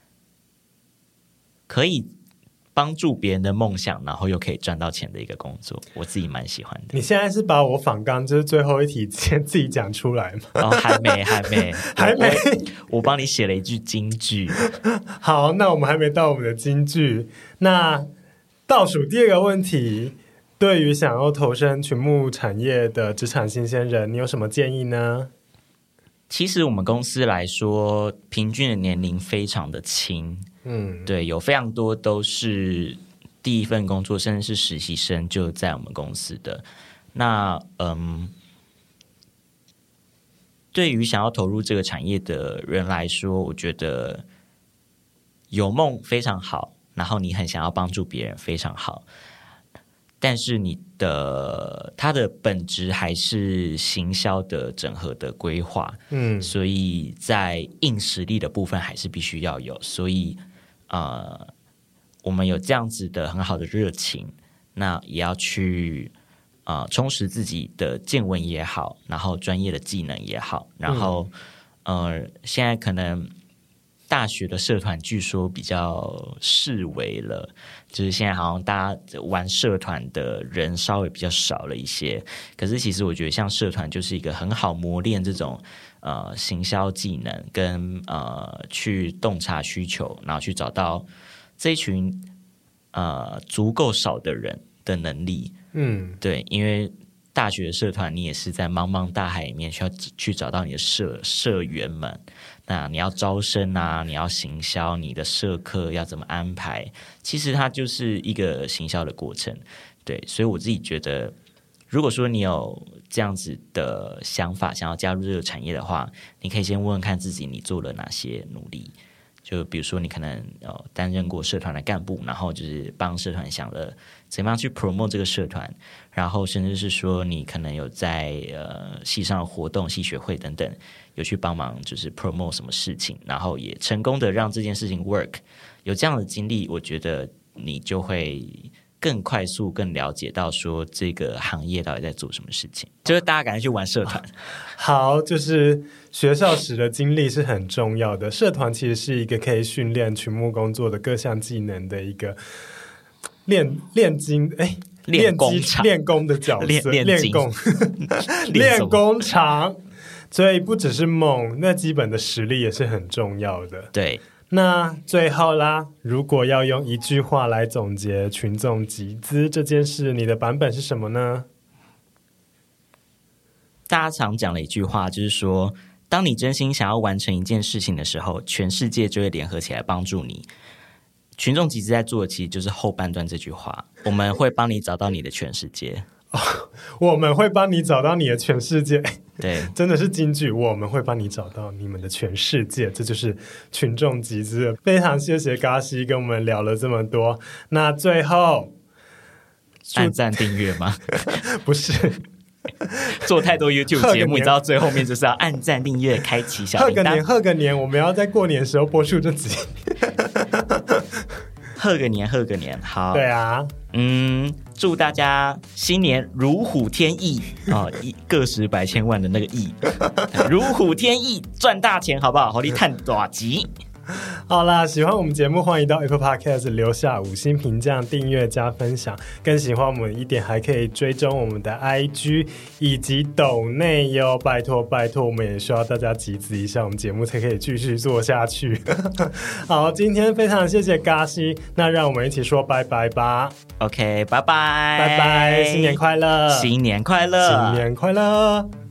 可以帮助别人的梦想，然后又可以赚到钱的一个工作，我自己蛮喜欢的。 你现在是把我访纲就是最后一题先自己讲出来吗？ 哦，还没，还没， 还没。 我帮你写了一句金句。 好，那我们还没到我们的金句。那倒数第二个问题，对于想要投身群募产业的职场新鲜人，你有什么建议呢？ 其实我们公司来说，平均的年龄非常的轻。嗯，对，有非常多都是第一份工作甚至是实习生就在我们公司的。那嗯，对于想要投入这个产业的人来说，我觉得有梦非常好，然后你很想要帮助别人非常好，但是你的它的本质还是行销的整合的规划，嗯，所以在硬实力的部分还是必须要有，所以呃，我们有这样子的很好的热情，那也要去呃充实自己的见闻也好，然后专业的技能也好，然后、嗯、呃，现在可能大学的社团据说比较式微了，就是现在好像大家玩社团的人稍微比较少了一些，可是其实我觉得像社团就是一个很好磨练这种呃行销技能跟呃去洞察需求，然后去找到这一群呃足够少的人的能力。嗯，对，因为大学的社团你也是在茫茫大海里面需要去找到你的社社员们，那你要招生啊，你要行销，你的社课要怎么安排，其实它就是一个行销的过程。对，所以我自己觉得如果说你有这样子的想法想要加入这个产业的话，你可以先问问看自己你做了哪些努力，就比如说你可能呃担任过社团的干部，然后就是帮社团想了怎么样去 promote 这个社团，然后甚至是说你可能有在呃系上的活动系学会等等有去帮忙就是 promote 什么事情，然后也成功的让这件事情 work， 有这样的经历，我觉得你就会更快速更了解到说这个行业到底在做什么事情，就是大家赶快去玩社团。 好，就是学校时的经历是很重要的，社团其实是一个可以训练群牧工作的各项技能的一个练练精哎。 练功场练功的角色， 练练功练功场，所以不只是梦，那基本的实力也是很重要的。 对， 那最后啦，如果要用一句话来总结群众集资这件事，你的版本是什么呢？ 大家常讲的一句话就是说，当你真心想要完成一件事情的时候，全世界就会联合起来帮助你。群众集资在做的其实就是后半段这句话，我们会帮你找到你的全世界。 哦，我们会帮你找到你的全世界。 对， 真的是金句，我们会帮你找到你们的全世界，这就是群众集资。非常谢谢嘎西跟我们聊了这么多。那最后按赞订阅吗？ 不是， 做太多 YouTube 节目，你知道最后面就是要按赞订阅开启小铃铛。 贺个年贺个年，我们要在过年的时候播出这集。 贺个年贺个年，好。 对啊， 嗯，祝大家新年如虎添翼啊、哦！个十百千万的那个亿，如虎添翼，赚大钱，好不好？好，你探大吉。 好啦，喜欢我们节目，欢迎到 Apple Podcast 留下五星评价、订阅加分享。更喜欢我们一点，还可以追踪我们的 I G 以及抖内哟，拜托拜托，我们也需要大家集资一下，我们节目才可以继续做下去。好，今天非常谢谢嘎西，那让我们一起说拜拜吧。 OK， 拜拜， 拜拜，新年快乐， 新年快乐， 新年快乐。